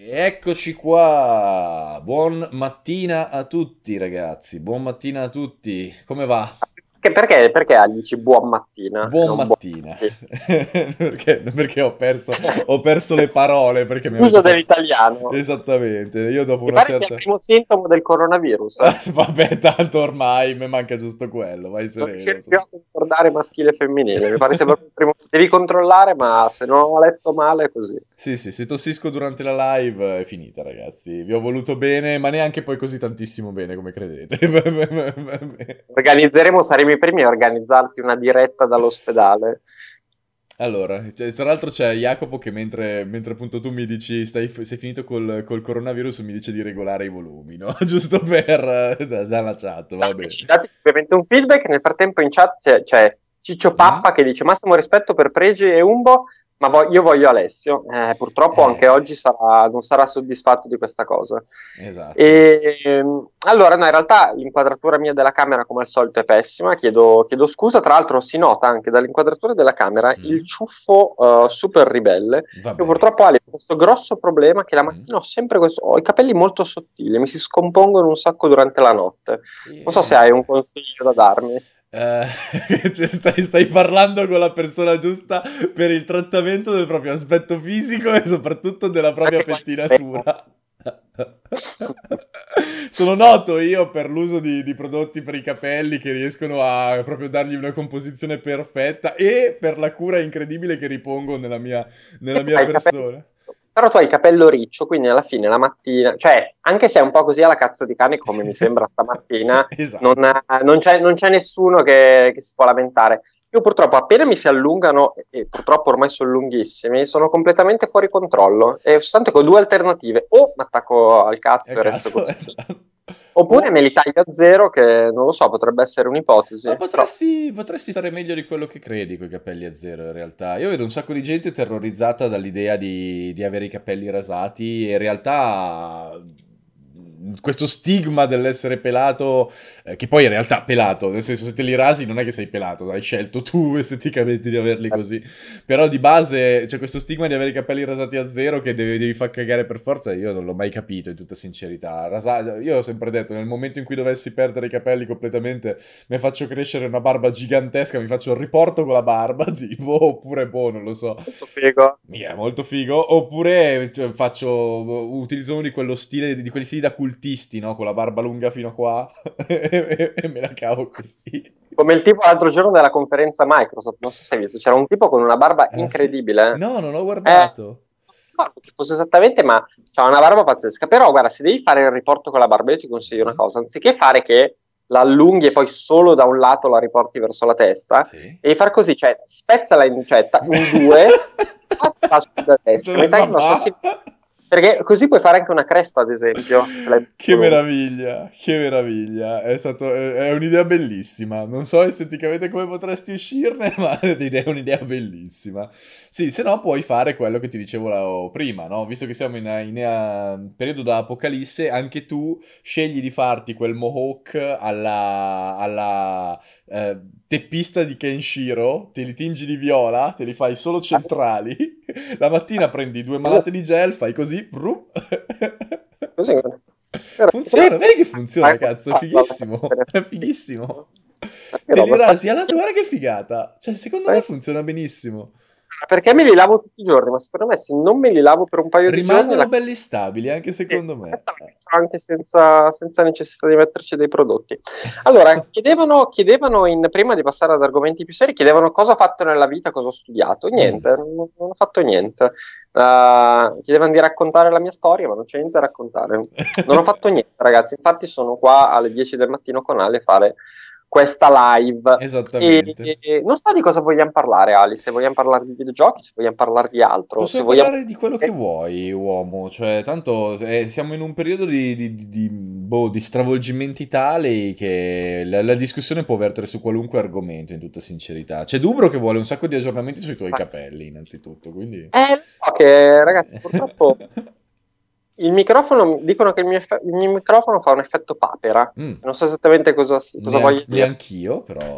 Eccoci qua, buon mattina a tutti ragazzi, buon mattina a tutti, come va? Perché dici buon mattina e Buon non buon mattina, mattina? perché ho perso le parole, perché mi avete L'uso fatto... dell'italiano. Esattamente, io dopo Mi una pare sia il certa... primo sintomo del coronavirus. Vabbè, tanto ormai mi manca giusto quello, vai Non sereno. riuscire più a concordare maschile e femminile. Mi pare sia proprio il primo. Devi controllare, ma se non ho letto male è così. Sì, sì, se tossisco durante la live è finita, ragazzi. Vi ho voluto bene, ma neanche poi così tantissimo bene come credete. Organizzeremo, saremo i primi a organizzarti una diretta dall'ospedale. Allora, tra l'altro c'è Jacopo che mentre appunto tu mi dici sei finito col coronavirus, mi dice di regolare i volumi, no? Giusto dalla chat, va bene. Date semplicemente un feedback. Nel frattempo in chat c'è Ciccio Mm? Pappa che dice massimo rispetto per Pregi e Umbo, ma io voglio Alessio. Purtroppo anche Eh, oggi non sarà soddisfatto di questa cosa. esatto. Allora, no, in realtà l'inquadratura mia della camera, come al solito, è pessima. Chiedo scusa. Tra l'altro, si nota anche dall'inquadratura della camera il Mm? ciuffo super ribelle. Io Vabbè. purtroppo Ale, ho questo grosso problema che la Mm? mattina ho i capelli molto sottili, mi si scompongono un sacco durante la notte. Non so se hai un Yeah. consiglio da darmi. Eh, cioè, stai parlando con la persona giusta per il trattamento del proprio aspetto fisico e soprattutto della propria Anche qualche pettinatura. Sono noto io per l'uso di prodotti per i capelli che riescono a proprio dargli una composizione perfetta e per la cura incredibile che ripongo nella mia hai il capello, persona. però tu hai il capello riccio, quindi alla fine la mattina, cioè anche se è un po' così alla cazzo di cane come mi sembra stamattina, non, Esatto. non c'è nessuno che si può lamentare. Io purtroppo appena mi si allungano, e purtroppo ormai sono lunghissimi, sono completamente fuori controllo. E soltanto che ho due alternative: o mi attacco al cazzo e resto Cazzo, così, esatto. oppure O me li taglio a zero, che non lo so, potrebbe essere Ma un'ipotesi. Però potresti stare meglio di quello che credi con i capelli a zero, in realtà. Io vedo un sacco di gente terrorizzata dall'idea di avere i capelli rasati e in realtà questo stigma dell'essere pelato, che poi in realtà pelato, nel senso se te li rasi non è che sei pelato, hai scelto tu esteticamente di averli così. Però di base c'è questo stigma di avere i capelli rasati a zero che devi far cagare per forza. Io non l'ho mai capito, in tutta sincerità. Io ho sempre detto, nel momento in cui dovessi perdere i capelli completamente, mi faccio crescere una barba gigantesca, mi faccio il riporto con la barba, tipo, oppure, boh, non lo so. molto figo. Mi è molto figo. Oppure utilizzo uno di quello stile, di quelli stili da cultisti, no? Con la barba lunga fino a qua. E me la cavo così. Come il tipo l'altro giorno della conferenza Microsoft, non so se hai visto, c'era un tipo con una barba Sì? incredibile. No, non ho Non guardato. ricordo chi fosse esattamente, ma c'ha una barba pazzesca. Però, guarda, se devi fare il riporto con la barba, io ti consiglio una Mm, cosa: anziché fare che la allunghi e poi solo da un lato la riporti verso la testa, sì. devi fare così, cioè spezzala in due, metà sulla Senza destra, metà mezza sulla fa. sinistra, perché così puoi fare anche una cresta, ad esempio, se te l'hai Che lunga. meraviglia, che meraviglia. È un'idea bellissima. Non so esteticamente come potresti uscirne, ma è un'idea bellissima. Sì, se no puoi fare quello che ti dicevo prima, no? Visto che siamo in periodo da apocalisse, anche tu scegli di farti quel mohawk alla teppista di Kenshiro, te li tingi di viola, te li fai solo centrali. La mattina prendi due Così, malate di gel, fai così, vrum. così. Però Funziona, potrei vedi che funziona, cazzo, è farla, fighissimo, è fighissimo. che Te li roba, rasi alla tua, guarda che figata. Cioè, secondo me funziona benissimo. perché me li lavo tutti i giorni, ma secondo me se non me li lavo per un paio di giorni Rimangono belli stabili, anche sì, secondo me. la faccio anche senza necessità di metterci dei prodotti. Allora, chiedevano prima di passare ad argomenti più seri, chiedevano cosa ho fatto nella vita, cosa ho studiato. Mm. Niente, non ho fatto niente. Chiedevano di raccontare la mia storia, ma non c'è niente da raccontare. Non ho fatto niente, ragazzi. Infatti sono qua alle 10 del mattino con Ale a fare questa live. Esattamente. Non so di cosa vogliamo parlare, Ali, se vogliamo parlare di videogiochi, se vogliamo parlare di altro, se Possiamo vogliamo. parlare di quello che vuoi, uomo, cioè tanto siamo in un periodo di stravolgimenti tali che la discussione può vertere su qualunque argomento, in tutta sincerità. C'è Dubro che vuole un sacco di aggiornamenti sui tuoi capelli, innanzitutto, quindi... Lo so che, ragazzi, purtroppo il microfono, dicono che il mio microfono fa un effetto papera. Mm. Non so esattamente cosa voglia dire. Neanch'io, però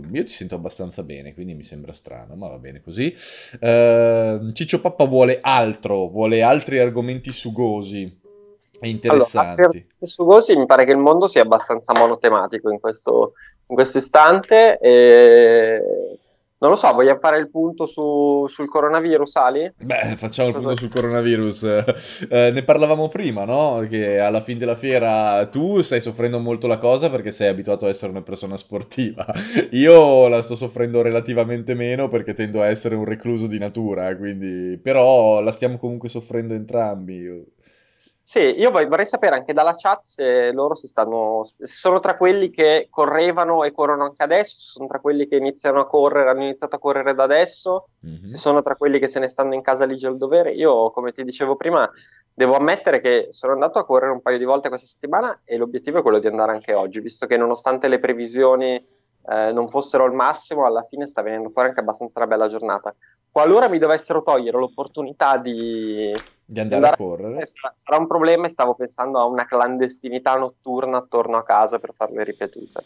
io ti sento abbastanza bene, quindi mi sembra strano, ma va bene così. Ciccio Pappa vuole altri argomenti sugosi e Allora, per interessanti. sugosi mi pare che il mondo sia abbastanza monotematico in questo istante. E non lo so, vogliamo fare il punto sul coronavirus, Ali? Beh, facciamo il Cosa- punto sul coronavirus. Ne parlavamo prima, no? Che alla fine della fiera tu stai soffrendo molto la cosa perché sei abituato a essere una persona sportiva. Io la sto soffrendo relativamente meno perché tendo a essere un recluso di natura, quindi... Però la stiamo comunque soffrendo entrambi. Sì, io vorrei sapere anche dalla chat se loro se sono tra quelli che correvano e corrono anche adesso, se sono tra quelli che hanno iniziato a correre da adesso, se Mhm. sono tra quelli che se ne stanno in casa ligi al dovere. Io, come ti dicevo prima, devo ammettere che sono andato a correre un paio di volte questa settimana e l'obiettivo è quello di andare anche oggi, visto che nonostante le previsioni non fossero il massimo, alla fine sta venendo fuori anche abbastanza una bella giornata. Qualora mi dovessero togliere l'opportunità Di di andare a andare correre. sarà un problema e stavo pensando a una clandestinità notturna attorno a casa per farle ripetute.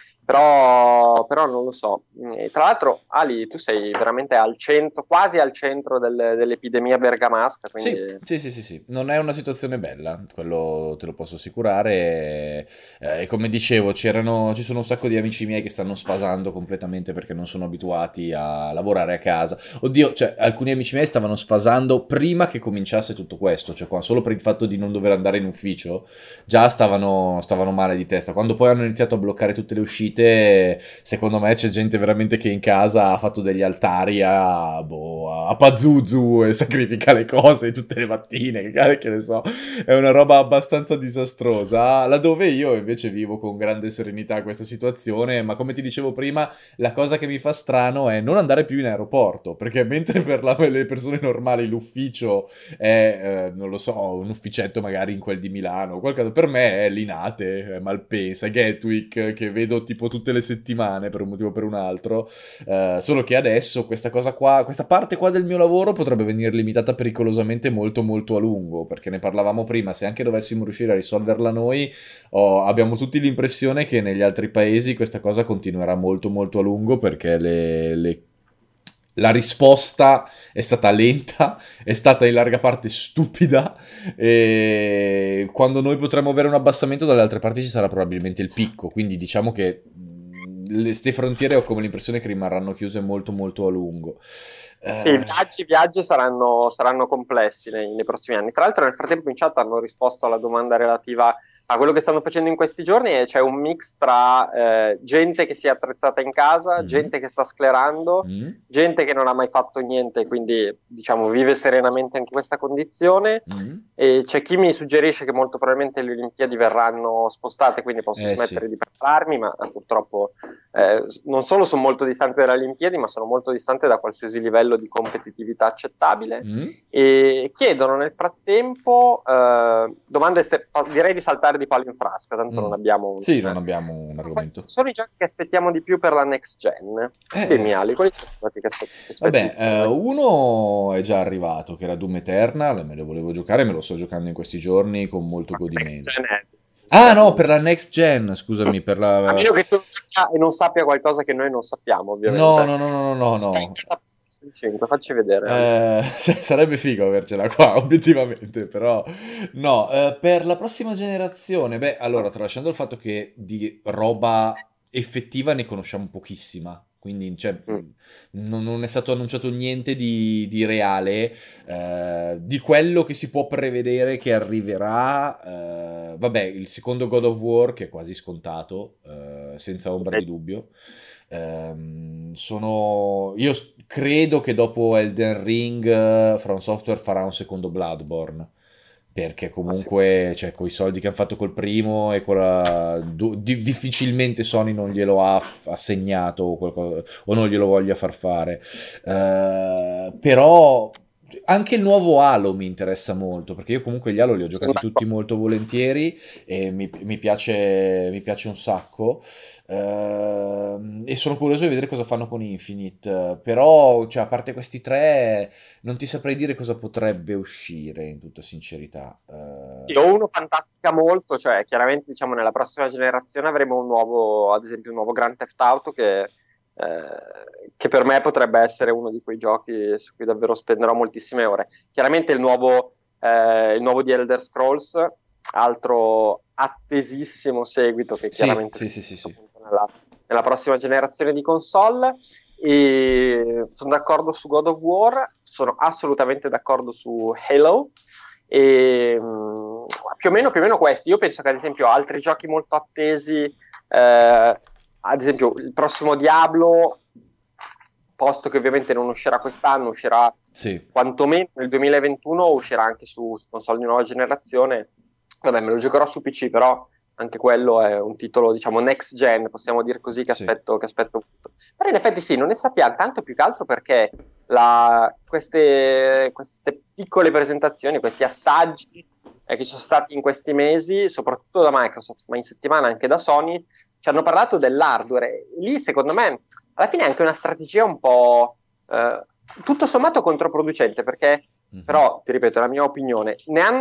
Però non lo so. E tra l'altro, Ali, tu sei veramente al centro, quasi al centro dell'epidemia bergamasca, quindi Sì, sì, sì, sì, sì, non è una situazione bella, quello te lo posso assicurare. E come dicevo, ci sono un sacco di amici miei che stanno sfasando completamente perché non sono abituati a lavorare a casa. Oddio, cioè, alcuni amici miei stavano sfasando prima che cominciasse tutto questo, cioè solo per il fatto di non dover andare in ufficio, già stavano male di testa. Quando poi hanno iniziato a bloccare tutte le uscite, secondo me c'è gente veramente che in casa ha fatto degli altari a Pazuzu e sacrifica le cose tutte le mattine, che ne so, è una roba abbastanza disastrosa, laddove io invece vivo con grande serenità questa situazione, ma come ti dicevo prima, la cosa che mi fa strano è non andare più in aeroporto, perché mentre per le persone normali l'ufficio è, non lo so, un ufficetto magari in quel di Milano, qualcosa, per me è Linate, è Malpensa, è Gatwick, che vedo tipo tutte le settimane per un motivo o per un altro. Solo che adesso questa cosa qua, questa parte qua del mio lavoro potrebbe venire limitata pericolosamente molto molto a lungo, perché ne parlavamo prima, se anche dovessimo riuscire a risolverla noi, abbiamo tutti l'impressione che negli altri paesi questa cosa continuerà molto molto a lungo perché la risposta è stata lenta, è stata in larga parte stupida e quando noi potremo avere un abbassamento dalle altre parti ci sarà probabilmente il picco, quindi diciamo che ste frontiere ho come l'impressione che rimarranno chiuse molto molto a lungo. sì, i viaggi saranno complessi nei prossimi anni. Tra l'altro, nel frattempo, in chat hanno risposto alla domanda relativa a quello che stanno facendo in questi giorni. E c'è un mix tra gente che si è attrezzata in casa, Mm, gente che sta sclerando, mm, gente che non ha mai fatto niente, quindi diciamo vive serenamente anche questa condizione. mm. E c'è chi mi suggerisce che molto probabilmente le Olimpiadi verranno spostate, quindi posso Sì. smettere di prepararmi, ma purtroppo non solo sono molto distante dalle Olimpiadi, ma sono molto distante da qualsiasi livello di competitività accettabile. Mm. E chiedono nel frattempo domande, direi di saltare di palo in frasca, tanto Mm. non abbiamo Sì, non abbiamo un quali argomento. sono i giochi che aspettiamo di più per la next gen? Eh, Dimmi Ali, quali sono i giochi che aspetti di Vabbè, più per la next uno è già arrivato, che era Doom Eternal, me lo volevo giocare, me lo sto giocando in questi giorni con molto godimento. gen? Ah no, per la next gen, scusami, per A la... meno che tu non sappia qualcosa che noi non sappiamo, No, ovviamente. no, no, no, no, no, Cioè, in no. casa PlayStation 5, facci vedere, Ali. Sarebbe figo avercela qua, obiettivamente, però no, per la prossima generazione, beh, allora, tralasciando il fatto che di roba effettiva ne conosciamo pochissima, quindi cioè, Mm. non è stato annunciato niente di reale, di quello che si può prevedere che arriverà, vabbè, il secondo God of War, che è quasi scontato, senza ombra di dubbio. Io credo che dopo Elden Ring From Software farà un secondo Bloodborne perché Ma sì. comunque cioè, con i soldi che hanno fatto col primo e difficilmente Sony non glielo ha assegnato o non glielo voglia far fare. Però anche il nuovo Halo mi interessa molto perché io comunque gli Halo li ho Sono giocati tutti d'accordo. molto volentieri e mi piace un sacco. E sono curioso di vedere cosa fanno con Infinite. Però, cioè, a parte questi tre, non ti saprei dire cosa potrebbe uscire, in tutta sincerità. Sì, o uno fantastica molto, cioè chiaramente diciamo nella prossima generazione avremo un nuovo, ad esempio un nuovo Grand Theft Auto che che per me potrebbe essere uno di quei giochi su cui davvero spenderò moltissime ore. Chiaramente il nuovo di Elder Scrolls, altro attesissimo seguito che Sì, chiaramente sì, sì, sì, sì. nella prossima generazione di console. E sono d'accordo su God of War, sono assolutamente d'accordo su Halo. E più o meno questi. Io penso che ad esempio altri giochi molto attesi, ad esempio il prossimo Diablo, posto che ovviamente non uscirà quest'anno, uscirà Sì. quantomeno nel 2021, uscirà anche su console di nuova generazione. Vabbè, me lo giocherò su PC, però anche quello è un titolo, diciamo, next gen, possiamo dire così, Sì. che aspetto molto. Però in effetti sì, non ne sappiamo tanto, più che altro perché queste piccole presentazioni, questi assaggi che ci sono stati in questi mesi, soprattutto da Microsoft, ma in settimana anche da Sony, ci hanno parlato dell'hardware. E lì, secondo me, alla fine è anche una strategia un po' tutto sommato controproducente, perché, però, ti ripeto, è la mia opinione,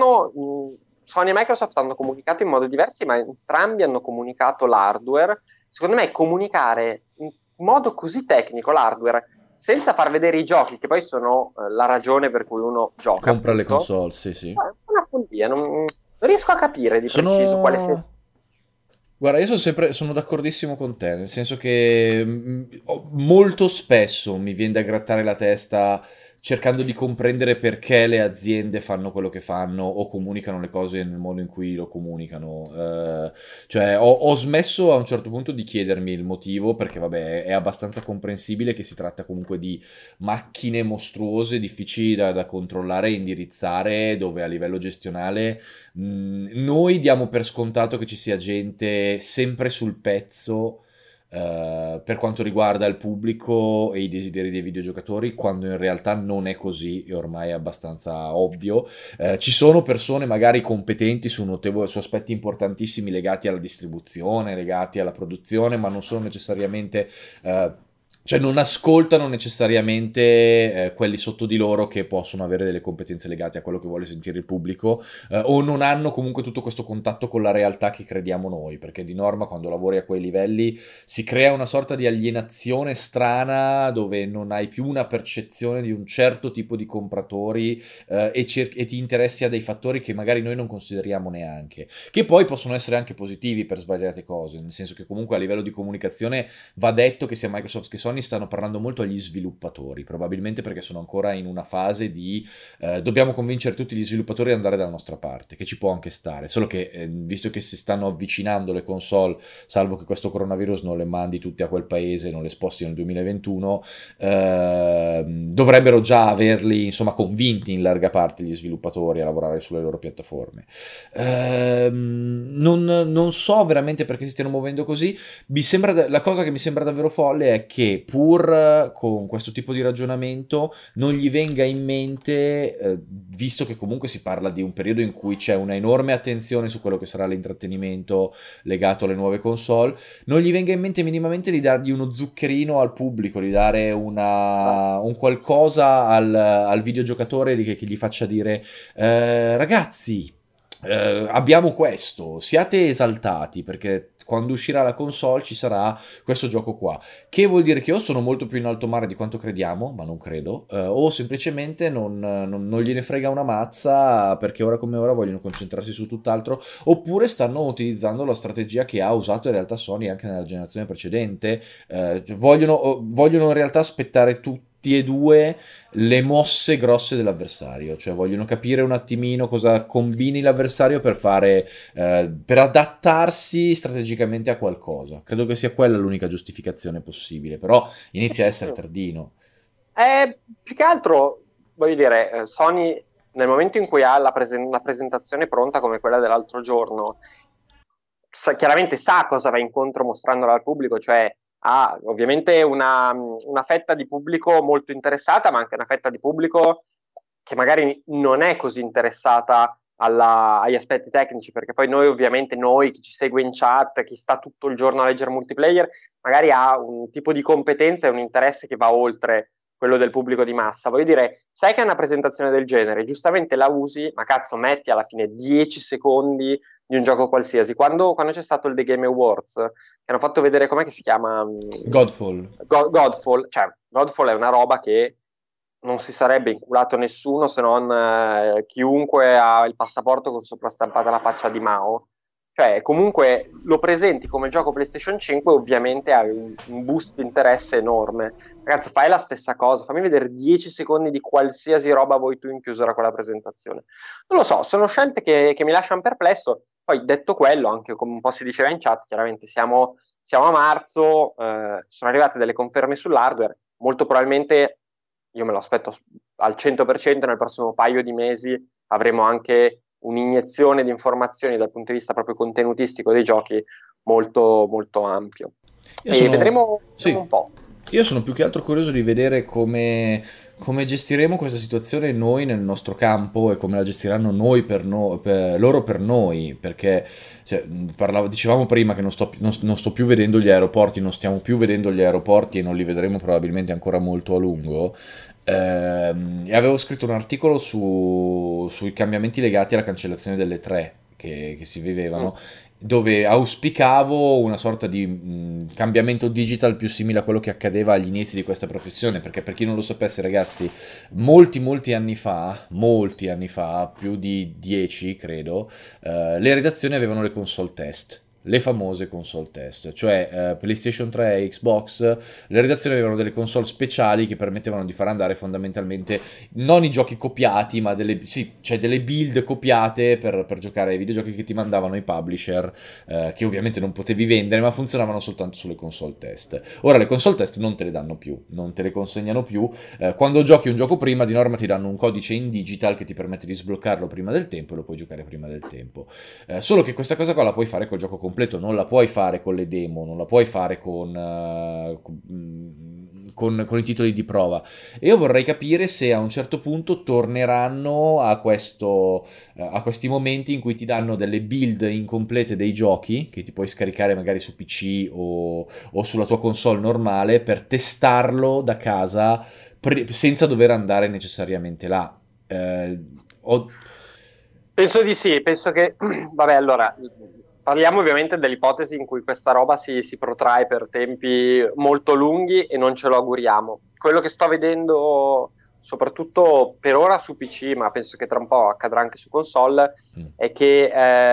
Sony e Microsoft hanno comunicato in modi diversi, ma entrambi hanno comunicato l'hardware. Secondo me comunicare in modo così tecnico l'hardware senza far vedere i giochi, che poi sono la ragione per cui uno gioca, Compra le appunto, console, sì, sì. è una follia. Non riesco a capire di preciso quale sia. Sono... Guarda, io sono d'accordissimo con te, nel senso che molto spesso mi viene da grattare la testa cercando di comprendere perché le aziende fanno quello che fanno o comunicano le cose nel modo in cui lo comunicano. Cioè, ho smesso a un certo punto di chiedermi il motivo, perché vabbè, è abbastanza comprensibile che si tratta comunque di macchine mostruose, difficili da controllare e indirizzare, dove a livello gestionale noi diamo per scontato che ci sia gente sempre sul pezzo per quanto riguarda il pubblico e i desideri dei videogiocatori, quando in realtà non è così e ormai è abbastanza ovvio. Ci sono persone magari competenti su aspetti importantissimi legati alla distribuzione, legati alla produzione, ma non sono necessariamente... cioè non ascoltano necessariamente quelli sotto di loro che possono avere delle competenze legate a quello che vuole sentire il pubblico, o non hanno comunque tutto questo contatto con la realtà che crediamo noi, perché di norma quando lavori a quei livelli si crea una sorta di alienazione strana dove non hai più una percezione di un certo tipo di compratori e ti interessi a dei fattori che magari noi non consideriamo neanche, che poi possono essere anche positivi per svariate cose, nel senso che comunque a livello di comunicazione va detto che sia Microsoft che Sony stanno parlando molto agli sviluppatori, probabilmente perché sono ancora in una fase di dobbiamo convincere tutti gli sviluppatori ad andare dalla nostra parte, che ci può anche stare, solo che visto che si stanno avvicinando le console, salvo che questo coronavirus non le mandi tutte a quel paese, non le sposti nel 2021, dovrebbero già averli insomma convinti in larga parte gli sviluppatori a lavorare sulle loro piattaforme. Non so veramente perché si stiano muovendo così. La cosa che mi sembra davvero folle è che pur con questo tipo di ragionamento non gli venga in mente, visto che comunque si parla di un periodo in cui c'è una enorme attenzione su quello che sarà l'intrattenimento legato alle nuove console, non gli venga in mente minimamente di dargli uno zuccherino al pubblico, di dare un qualcosa al videogiocatore che gli faccia dire ragazzi, abbiamo questo, siate esaltati perché quando uscirà la console ci sarà questo gioco qua, che vuol dire che o sono molto più in alto mare di quanto crediamo, ma non credo, o semplicemente non gliene frega una mazza perché ora come ora vogliono concentrarsi su tutt'altro, oppure stanno utilizzando la strategia che ha usato in realtà Sony anche nella generazione precedente, vogliono in realtà aspettare tutti e due le mosse grosse dell'avversario, cioè vogliono capire un attimino cosa combini l'avversario per adattarsi strategicamente a qualcosa. Credo che sia quella l'unica giustificazione possibile, però inizia a essere tardino. Più che altro, voglio dire, Sony nel momento in cui ha una presentazione pronta come quella dell'altro giorno, chiaramente sa cosa va incontro mostrandola al pubblico, cioè ha ovviamente una fetta di pubblico molto interessata, ma anche una fetta di pubblico che magari non è così interessata agli aspetti tecnici, perché poi noi, chi ci segue in chat, chi sta tutto il giorno a leggere multiplayer, magari ha un tipo di competenza e un interesse che va oltre quello del pubblico di massa. Voglio dire, sai che è una presentazione del genere, giustamente la usi, ma cazzo, metti alla fine 10 secondi di un gioco qualsiasi. Quando c'è stato il The Game Awards, che hanno fatto vedere, com'è che si chiama? Godfall. Godfall, cioè Godfall è una roba che non si sarebbe inculato nessuno, se non chiunque ha il passaporto con sovrastampata la faccia di Mao. Cioè, comunque lo presenti come gioco PlayStation 5, ovviamente hai un boost di interesse enorme. Ragazzi, fai la stessa cosa, fammi vedere 10 secondi di qualsiasi roba vuoi tu in chiusura con la presentazione. Non lo so, sono scelte che mi lasciano perplesso. Poi, detto quello, anche come un po' si diceva in chat, chiaramente siamo a marzo, sono arrivate delle conferme sull'hardware, molto probabilmente io me lo aspetto al 100%, nel prossimo paio di mesi avremo anche un'iniezione di informazioni dal punto di vista proprio contenutistico dei giochi molto, molto ampio. Vedremo un po'. Io sono più che altro curioso di vedere come gestiremo questa situazione noi nel nostro campo e come la gestiranno loro per noi, perché dicevamo prima che non sto più vedendo gli aeroporti, non stiamo più vedendo gli aeroporti e non li vedremo probabilmente ancora molto a lungo. E avevo scritto un articolo sui cambiamenti legati alla cancellazione delle 3 che si vivevano, dove auspicavo una sorta di cambiamento digital più simile a quello che accadeva agli inizi di questa professione, perché per chi non lo sapesse, ragazzi, molti anni fa, più di 10 credo, le redazioni avevano le console test. Le famose console test, cioè PlayStation 3 e Xbox, le redazioni avevano delle console speciali che permettevano di far andare fondamentalmente non i giochi copiati, ma delle build copiate per giocare ai videogiochi che ti mandavano i publisher, che ovviamente non potevi vendere, ma funzionavano soltanto sulle console test. Ora le console test non te le danno più, non te le consegnano più. Quando giochi un gioco prima, di norma ti danno un codice in digital che ti permette di sbloccarlo prima del tempo e lo puoi giocare prima del tempo. Solo che questa cosa qua la puoi fare col gioco completo, non la puoi fare con le demo, non la puoi fare con i titoli di prova. E io vorrei capire se a un certo punto torneranno a questi momenti in cui ti danno delle build incomplete dei giochi che ti puoi scaricare magari su PC o sulla tua console normale per testarlo da casa senza dover andare necessariamente là. Penso di sì, penso che vabbè, allora parliamo ovviamente dell'ipotesi in cui questa roba si protrae per tempi molto lunghi e non ce lo auguriamo. Quello che sto vedendo, soprattutto per ora su PC, ma penso che tra un po' accadrà anche su console, è che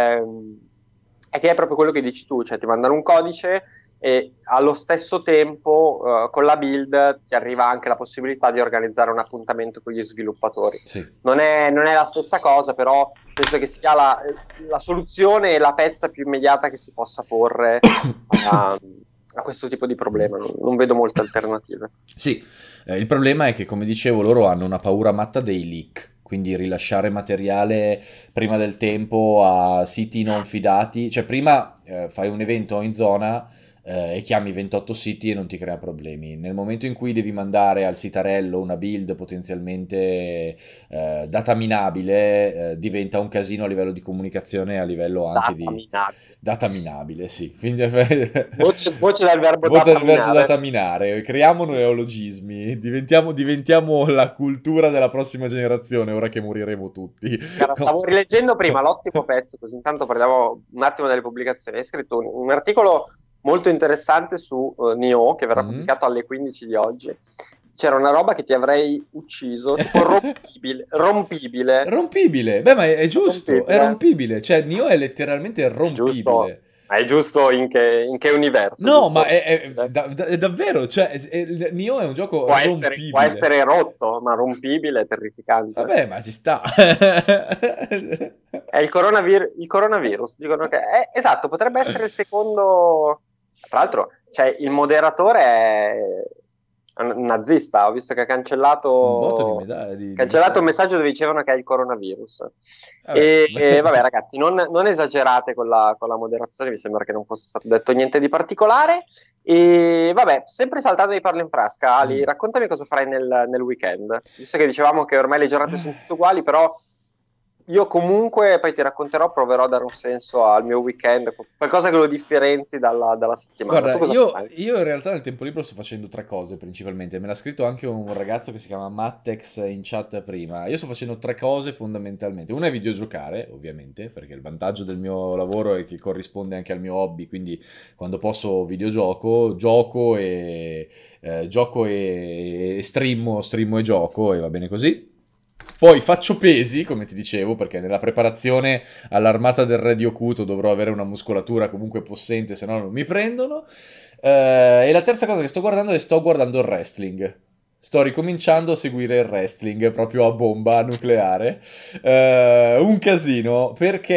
è proprio quello che dici tu, cioè ti mandano un codice e allo stesso tempo con la build ti arriva anche la possibilità di organizzare un appuntamento con gli sviluppatori. Sì. Non è la stessa cosa, però penso che sia la soluzione e la pezza più immediata che si possa porre a questo tipo di problema. Non vedo molte alternative. Sì, il problema è che, come dicevo, loro hanno una paura matta dei leak. Quindi rilasciare materiale prima del tempo a siti non fidati. Cioè prima fai un evento in zona e chiami 28 siti e non ti crea problemi. Nel momento in cui devi mandare al sitarello una build potenzialmente dataminabile, diventa un casino a livello di comunicazione, a livello anche dataminabile, sì. Voce dal verbo dataminare. Creiamo neologismi, diventiamo la cultura della prossima generazione, ora che moriremo tutti. Cara, stavo rileggendo prima l'ottimo pezzo, così intanto parliamo un attimo delle pubblicazioni. Hai scritto un articolo molto interessante su Nioh, che verrà pubblicato alle 15 di oggi. C'era una roba che ti avrei ucciso, tipo rompibile. Rompibile, beh, ma è giusto, è rompibile, cioè Nioh è letteralmente rompibile. Ma è giusto in che universo? No, giusto? Ma è davvero, cioè Nioh è un gioco rompibile. Può essere rotto, ma rompibile è terrificante. Vabbè, ma ci sta. È il coronavirus, dicono che esatto, potrebbe essere il secondo. Tra l'altro, cioè, il moderatore è un nazista, ho visto che ha cancellato un messaggio dove dicevano che è il coronavirus. Vabbè. Vabbè, ragazzi, non esagerate con la moderazione, mi sembra che non fosse stato detto niente di particolare. E vabbè, sempre saltando di parlo in frasca, Ali, raccontami cosa farai nel weekend, visto che dicevamo che ormai le giornate sono tutte uguali, però io comunque, poi ti racconterò, proverò a dare un senso al mio weekend, qualcosa che lo differenzi dalla settimana. Tu Guarda, cosa io, fai? io in realtà nel tempo libero sto facendo tre cose principalmente. Me l'ha scritto anche un ragazzo che si chiama Mattex in chat prima. Io sto facendo tre cose fondamentalmente. Una è videogiocare, ovviamente, perché il vantaggio del mio lavoro è che corrisponde anche al mio hobby, quindi quando posso videogioco, gioco e streamo e gioco e va bene così. Poi faccio pesi, come ti dicevo, perché nella preparazione all'armata del Re di Okuto dovrò avere una muscolatura comunque possente, se no non mi prendono. E la terza cosa che sto guardando è sto guardando il wrestling. Sto ricominciando a seguire il wrestling proprio a bomba nucleare. Un casino perché...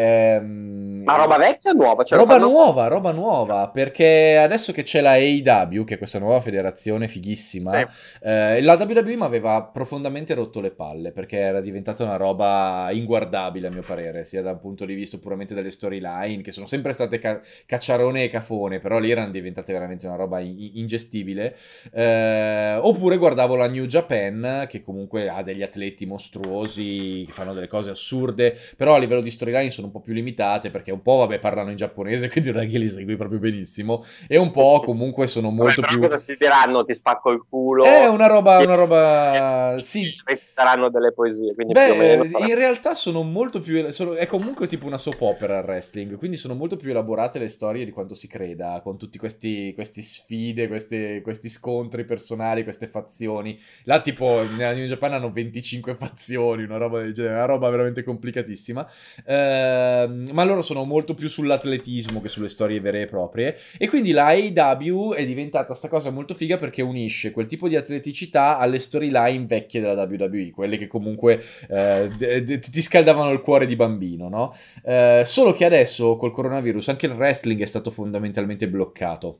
Ma roba vecchia o nuova? Cioè lo fanno... Roba nuova, perché adesso che c'è la AEW, che è questa nuova federazione Sì. fighissima, la WWE mi aveva profondamente rotto le palle, perché era diventata una roba inguardabile a mio parere, sia da un punto di vista puramente delle storyline, che sono sempre state cacciarone e cafone, però lì erano diventate veramente una roba ingestibile. Oppure guardavo la New Japan, che comunque ha degli atleti mostruosi, che fanno delle cose assurde, però a livello di storyline sono un po' più limitate, perché un po', vabbè, parlano in giapponese, quindi non è che li segui proprio benissimo, e un po' comunque sono Vabbè, molto però più... cosa si diranno? Ti spacco il È culo. una roba... Sì, Saranno delle poesie, quindi più o beh, meno sarà... in realtà sono molto più... è comunque tipo una soap opera il wrestling, quindi sono molto più elaborate le storie di quanto si creda, con tutti questi sfide, questi scontri personali, queste fazioni. Là tipo nella New Japan hanno 25 fazioni, una roba del genere, una roba veramente complicatissima. Ma loro sono molto più sull'atletismo che sulle storie vere e proprie. E quindi la AEW è diventata sta cosa molto figa perché unisce quel tipo di atleticità alle storyline vecchie della WWE, quelle che comunque ti scaldavano il cuore di bambino, no? Solo che adesso col coronavirus anche il wrestling è stato fondamentalmente bloccato.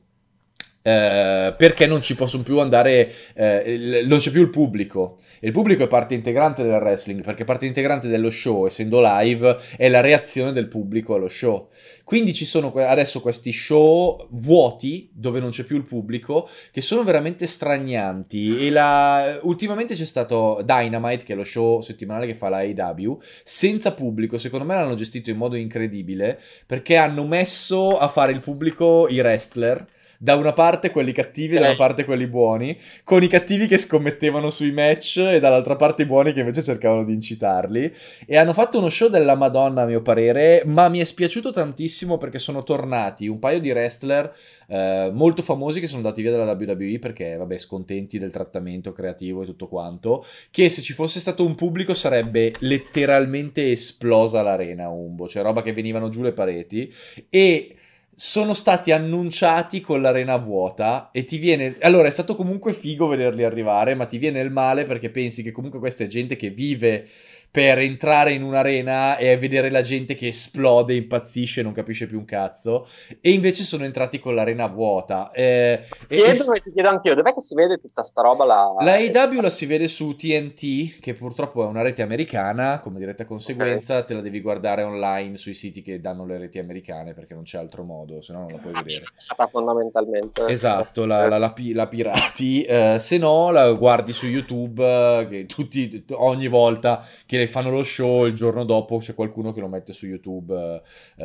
Perché non ci possono più andare, non c'è più il pubblico. Il pubblico è parte integrante del wrestling, perché parte integrante dello show, essendo live, è la reazione del pubblico allo show. Quindi ci sono adesso questi show vuoti, dove non c'è più il pubblico, che sono veramente stranianti. E ultimamente c'è stato Dynamite, che è lo show settimanale che fa la AEW, senza pubblico. Secondo me l'hanno gestito in modo incredibile, perché hanno messo a fare il pubblico i wrestler, da una parte quelli cattivi e da una parte quelli buoni, con i cattivi che scommettevano sui match e dall'altra parte i buoni che invece cercavano di incitarli. E hanno fatto uno show della Madonna, a mio parere, ma mi è spiaciuto tantissimo perché sono tornati un paio di wrestler molto famosi che sono andati via dalla WWE perché, vabbè, scontenti del trattamento creativo e tutto quanto, che se ci fosse stato un pubblico sarebbe letteralmente esplosa l'arena a Umbo, cioè roba che venivano giù le pareti. E sono stati annunciati con l'arena vuota e ti viene... Allora, è stato comunque figo vederli arrivare, ma ti viene il male perché pensi che comunque questa è gente che vive per entrare in un'arena e vedere la gente che esplode, impazzisce, non capisce più un cazzo, e invece sono entrati con l'arena vuota. Ti chiedo anch'io, dov'è che si vede tutta sta roba? La AEW la si vede su TNT, che purtroppo è una rete americana, come diretta conseguenza te la devi guardare online sui siti che danno le reti americane, perché non c'è altro modo, se no non la puoi vedere. Fondamentalmente. Esatto, la pirati, se no la guardi su YouTube, che ogni volta che fanno lo show, il giorno dopo c'è qualcuno che lo mette su YouTube,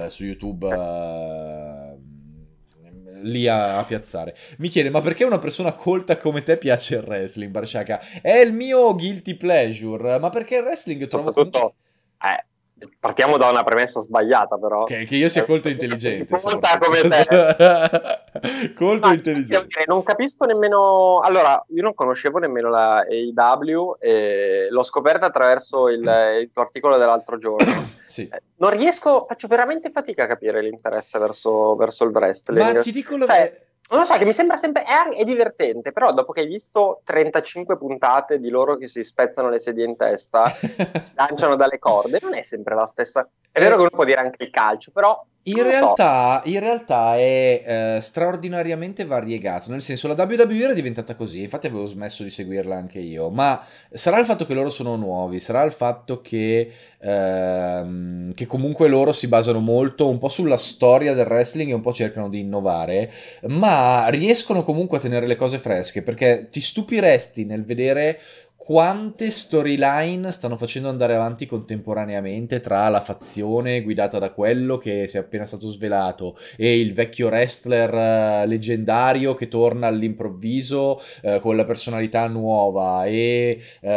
lì a piazzare. Mi chiede, ma perché una persona colta come te piace il wrestling, Barciaca? È il mio guilty pleasure, ma perché il wrestling trovo comunque... Soprattutto, partiamo da una premessa sbagliata, però. Che io sia colto e intelligente. Si conta come te. Colto e intelligente. Non capisco nemmeno... Allora, io non conoscevo nemmeno la AEW e l'ho scoperta attraverso il tuo articolo dell'altro giorno. Sì. Non riesco, faccio veramente fatica a capire l'interesse verso il wrestling. Ma ti dico la non lo so, che mi sembra sempre è divertente, però dopo che hai visto 35 puntate di loro che si spezzano le sedie in testa, si lanciano dalle corde, non è sempre la stessa. È vero che uno può dire anche il calcio, però in realtà è straordinariamente variegato, nel senso la WWE era diventata così, infatti avevo smesso di seguirla anche io, ma sarà il fatto che loro sono nuovi, sarà il fatto che comunque loro si basano molto un po' sulla storia del wrestling e un po' cercano di innovare, ma riescono comunque a tenere le cose fresche, perché ti stupiresti nel vedere quante storyline stanno facendo andare avanti contemporaneamente tra la fazione guidata da quello che si è appena stato svelato e il vecchio wrestler leggendario che torna all'improvviso con la personalità nuova e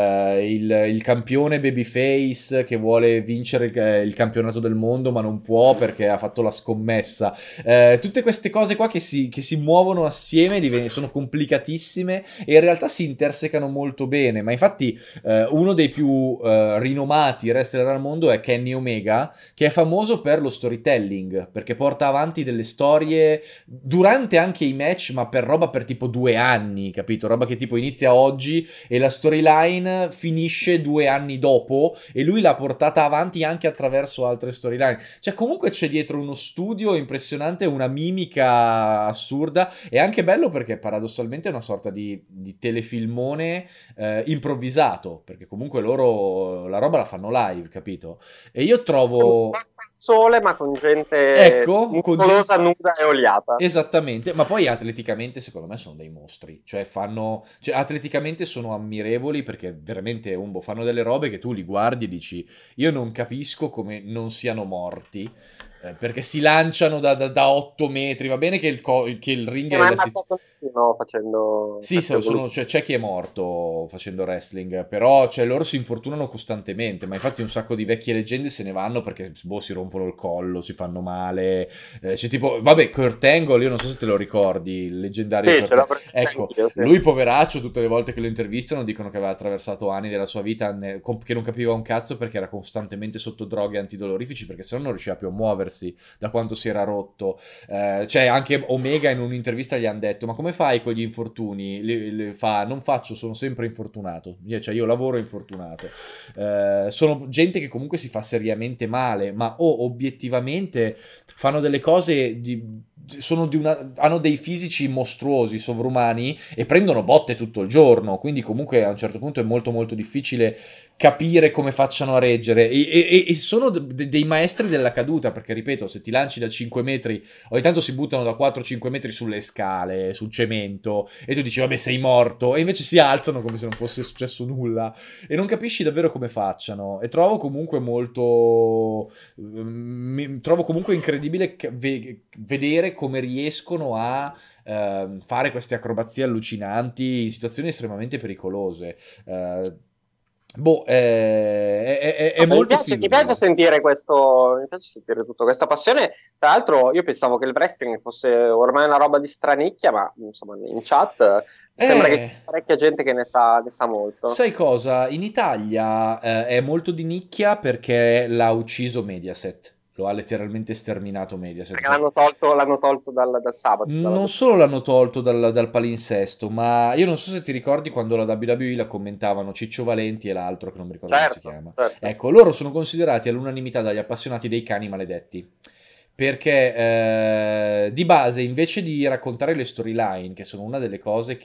il campione babyface che vuole vincere il campionato del mondo ma non può perché ha fatto la scommessa. Tutte queste cose qua che si muovono assieme sono complicatissime e in realtà si intersecano molto bene, ma infatti uno dei più rinomati wrestler al mondo è Kenny Omega, che è famoso per lo storytelling, perché porta avanti delle storie durante anche i match, ma per roba per tipo 2 anni, capito? Roba che tipo inizia oggi e la storyline finisce 2 anni dopo e lui l'ha portata avanti anche attraverso altre storyline. Cioè comunque c'è dietro uno studio impressionante, una mimica assurda e anche bello perché paradossalmente è una sorta di telefilmone improvvisato, perché comunque loro la roba la fanno live, capito? E io trovo... Sole, ma con gente Ecco, con gente... muscolosa, nuda e oliata. Esattamente, ma poi atleticamente secondo me sono dei mostri, cioè fanno, cioè atleticamente sono ammirevoli perché veramente Umbo fanno delle robe che tu li guardi e dici io non capisco come non siano morti, perché si lanciano da 8 metri, va bene che che il ring Sì, è ma è la marcato nessuno facendo sì, queste evoluzioni. cioè, c'è chi è morto facendo wrestling, però cioè, loro si infortunano costantemente, ma infatti un sacco di vecchie leggende se ne vanno perché boh, si rompono il collo, si fanno male. C'è tipo, vabbè, Kurt Angle, io non so se te lo ricordi, il leggendario Sì, Kurt ce l'ho Angle. presente Ecco, anch'io, sì. lui poveraccio, tutte le volte che lo intervistano dicono che aveva attraversato anni della sua vita che non capiva un cazzo perché era costantemente sotto droghe antidolorifici, perché se no non riusciva più a muoversi da quanto si era rotto. Cioè anche Omega in un'intervista gli hanno detto ma come fai con gli infortuni? Le fa non faccio, sono sempre infortunato, cioè io lavoro infortunato. Sono gente che comunque si fa seriamente male ma obiettivamente fanno delle cose hanno dei fisici mostruosi, sovrumani e prendono botte tutto il giorno, quindi comunque a un certo punto è molto molto difficile capire come facciano a reggere e sono dei maestri della caduta perché ripeto se ti lanci da 5 metri ogni tanto si buttano da 4-5 metri sulle scale sul cemento e tu dici vabbè sei morto e invece si alzano come se non fosse successo nulla e non capisci davvero come facciano e trovo comunque molto trovo comunque incredibile vedere come riescono a fare queste acrobazie allucinanti in situazioni estremamente pericolose. Boh, è Vabbè, molto mi figo piace dirlo. sentire questo, mi piace sentire tutta questa passione. Tra l'altro, io pensavo che il wrestling fosse ormai una roba di stranicchia, ma insomma, in chat mi sembra che ci Eh, sia parecchia gente che ne sa molto. sai cosa? In Italia è molto di nicchia perché l'ha ucciso Mediaset. Lo ha letteralmente sterminato Mediaset. Perché l'hanno tolto dal sabato. Non solo l'hanno tolto dal palinsesto, ma io non so se ti ricordi quando la WWE la commentavano Ciccio Valenti e l'altro che non mi ricordo come si Certo, chiama. certo. Ecco, loro sono considerati all'unanimità dagli appassionati dei cani maledetti. Perché di base, invece di raccontare le storyline, che sono una delle cose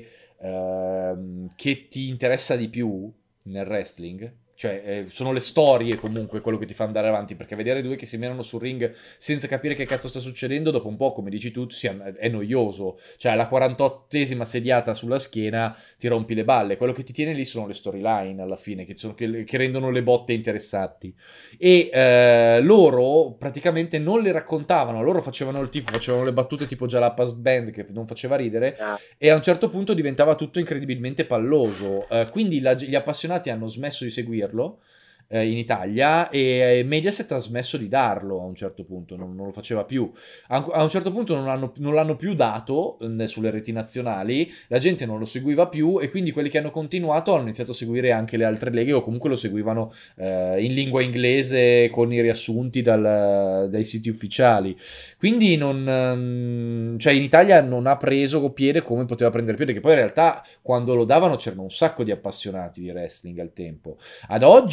che ti interessa di più nel wrestling, cioè sono le storie comunque quello che ti fa andare avanti, perché vedere due che si menano sul ring senza capire che cazzo sta succedendo, dopo un po', come dici tu, è noioso. Cioè alla 48esima sediata sulla schiena ti rompi le balle. Quello che ti tiene lì sono le storyline alla fine, che rendono le botte interessanti. E loro praticamente non le raccontavano, loro facevano il tifo, facevano le battute tipo Jalapas Band che non faceva ridere Ah, e a un certo punto diventava tutto incredibilmente palloso. Quindi gli appassionati hanno smesso di seguirlo in Italia e Mediaset ha smesso di darlo a un certo punto, non lo faceva più. A un certo punto non l'hanno più dato sulle reti nazionali, la gente non lo seguiva più e quindi quelli che hanno continuato hanno iniziato a seguire anche le altre leghe o comunque lo seguivano in lingua inglese con i riassunti dai siti ufficiali. Quindi cioè in Italia non ha preso piede come poteva prendere piede, che poi in realtà quando lo davano c'erano un sacco di appassionati di wrestling al tempo. Ad oggi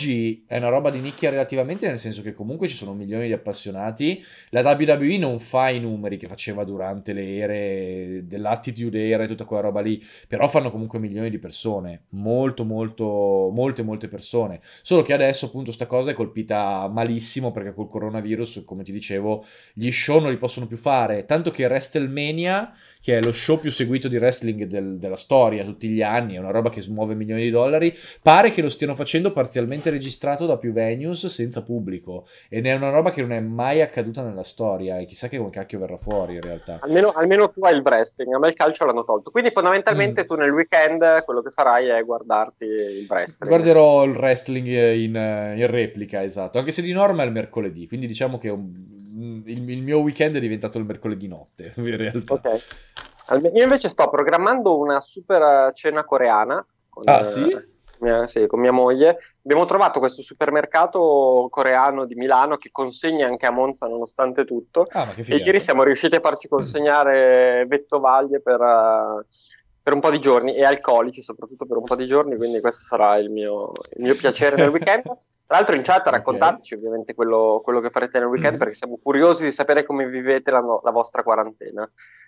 sì, è una roba di nicchia relativamente, nel senso che comunque ci sono milioni di appassionati. La WWE non fa i numeri che faceva durante le ere dell'Attitude Era e tutta quella roba lì, però fanno comunque milioni di persone, molte persone. Solo che adesso appunto sta cosa è colpita malissimo perché col coronavirus, come ti dicevo, gli show non li possono più fare, tanto che WrestleMania, che è lo show più seguito di wrestling della storia tutti gli anni, è una roba che smuove milioni di dollari, pare che lo stiano facendo parzialmente registrato da più venues senza pubblico, ed è una roba che non è mai accaduta nella storia e chissà che come cacchio verrà fuori in realtà. Almeno tu hai il wrestling, a me il calcio l'hanno tolto. Quindi fondamentalmente Mm. tu nel weekend quello che farai è guardarti il wrestling. Guarderò il wrestling in replica, esatto, anche se di norma è il mercoledì, quindi diciamo che il mio weekend è diventato il mercoledì notte, in realtà. Ok. Io invece sto programmando una super cena coreana con, Ah, sì? sì, con mia moglie. Abbiamo trovato questo supermercato coreano di Milano che consegna anche a Monza nonostante tutto. Ah, ma che E ieri figata. siamo riusciti a farci consegnare vettovaglie per un po' di giorni e alcolici soprattutto per un po' di giorni, quindi questo sarà il mio piacere nel weekend. Tra l'altro in chat raccontateci ovviamente quello che farete nel weekend perché siamo curiosi di sapere come vivete la vostra quarantena.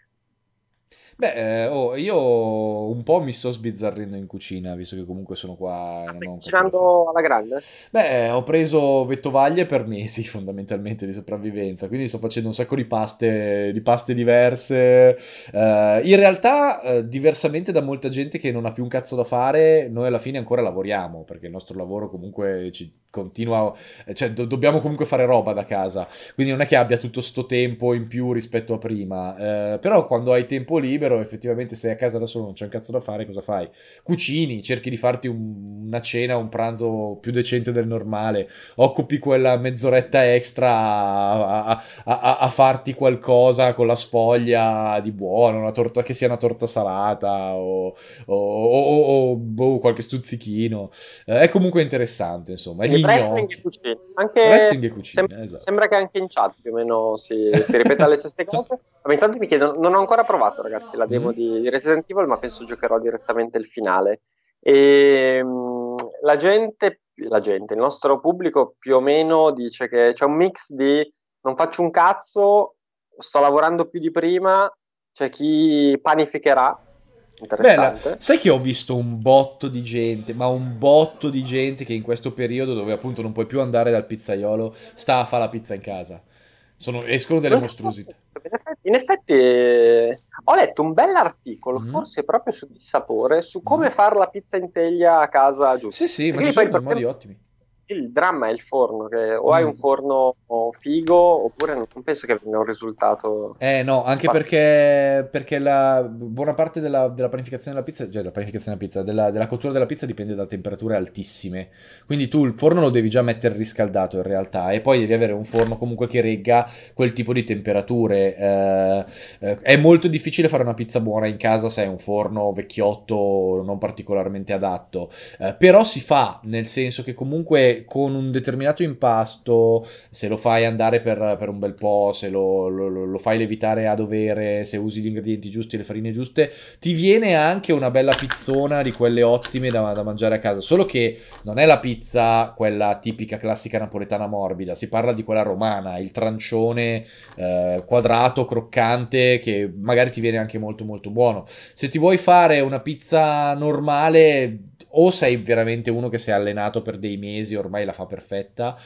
Beh, io un po' mi sto sbizzarrendo in cucina, visto che comunque sono qua e non Stai ho un cacchio da fare. cucinando alla grande? Beh, ho preso vettovaglie per mesi fondamentalmente di sopravvivenza, quindi sto facendo un sacco di paste diverse. In realtà, diversamente da molta gente che non ha più un cazzo da fare, noi alla fine ancora lavoriamo, perché il nostro lavoro comunque ci continua, cioè dobbiamo comunque fare roba da casa, quindi non è che abbia tutto sto tempo in più rispetto a prima. Però quando hai tempo libero, effettivamente sei a casa da solo, non c'è un cazzo da fare, cosa fai? Cucini, cerchi di farti una cena, un pranzo più decente del normale, occupi quella mezz'oretta extra a farti qualcosa con la sfoglia di buono, una torta che sia una torta salata o qualche stuzzichino. È comunque interessante, insomma. E Quindi gli wrestling e gnocchi. cucina. Wrestling e cucina, esatto. Sembra che anche in chat più o meno si ripeta le stesse cose. Ma intanto mi chiedo, non ho ancora provato ragazzi la demo Mm? di Resident Evil, ma penso giocherò direttamente il finale. E il nostro pubblico più o meno dice che c'è un mix di non faccio un cazzo, sto lavorando più di prima, c'è chi panificherà, Bella, interessante. sai che ho visto un botto di gente, ma un botto di gente che in questo periodo dove appunto non puoi più andare dal pizzaiolo, sta a fare la pizza in casa. Escono delle Non ci ho mostruosità. pensato. In effetti, ho letto un bell'articolo, Mm? forse proprio su Dissapore, su come Mm? fare la pizza in teglia a casa Sì, giusta. sì, ma Perché ci lì poi sono dei modi ottimi. il dramma è il forno, che o hai un Mm. forno figo oppure non penso che venga un risultato No, anche spazio. perché la buona parte della panificazione della pizza, cioè della panificazione della pizza, della cottura della pizza dipende da temperature altissime. Quindi tu il forno lo devi già mettere riscaldato in realtà e poi devi avere un forno comunque che regga quel tipo di temperature. È molto difficile fare una pizza buona in casa se hai un forno vecchiotto non particolarmente adatto. Però si fa, nel senso che comunque con un determinato impasto, se lo fai andare per un bel po', se lo fai lievitare a dovere, se usi gli ingredienti giusti e le farine giuste, ti viene anche una bella pizzona di quelle ottime da mangiare a casa. Solo che non è la pizza quella tipica classica napoletana morbida, si parla di quella romana, il trancione quadrato, croccante, che magari ti viene anche molto molto buono. Se ti vuoi fare una pizza normale, o sei veramente uno che si è allenato per dei mesi, ormai la fa perfetta,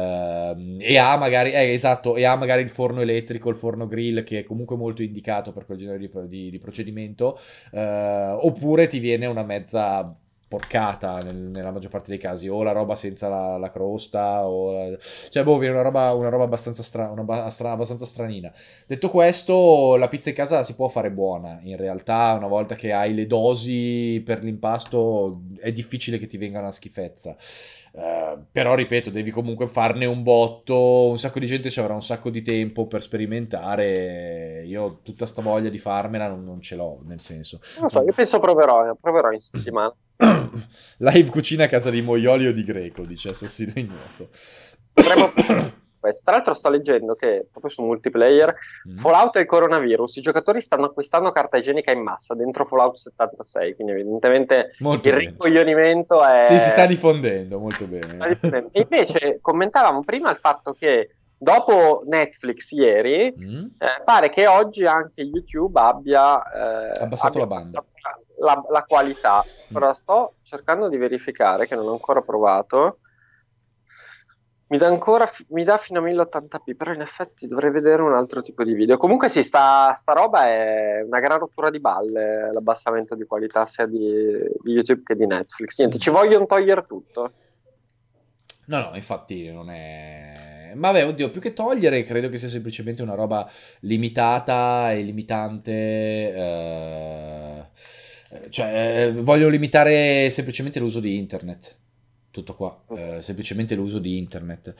e ha magari, esatto, e ha magari il forno elettrico, il forno grill, che è comunque molto indicato per quel genere di procedimento, oppure ti viene una mezza porcata nella maggior parte dei casi, o la roba senza la crosta, cioè boh, viene una roba abbastanza, abbastanza stranina. Detto questo, la pizza in casa si può fare buona, in realtà una volta che hai le dosi per l'impasto è difficile che ti venga una schifezza. Però ripeto, devi comunque farne un botto, un sacco di gente ci avrà un sacco di tempo per sperimentare, io tutta sta voglia di farmela non ce l'ho, nel senso. Non lo so, io penso proverò in settimana. Live cucina a casa di Moioli o di Greco, dice Assassino Ignoto. Potremmo questo. Tra l'altro sto leggendo che proprio su multiplayer Fallout e il coronavirus, i giocatori stanno acquistando carta igienica in massa dentro Fallout 76, quindi evidentemente Molto il bene. ricoglionimento Sì, si sta è... diffondendo molto bene. E invece commentavamo prima il fatto che dopo Netflix ieri, pare che oggi anche YouTube abbia Abbassato la banda. la qualità. Ora sto cercando di verificare, che non ho ancora provato. Mi dà fino a 1080p, però in effetti dovrei vedere un altro tipo di video. Comunque sì, sta roba è una gran rottura di balle, l'abbassamento di qualità sia di YouTube che di Netflix. Niente, ci vogliono togliere tutto. No, infatti non è... Ma vabbè, oddio, più che togliere, credo che sia semplicemente una roba limitata e limitante. Cioè, voglio limitare semplicemente l'uso di internet. Tutto qua, semplicemente l'uso di internet.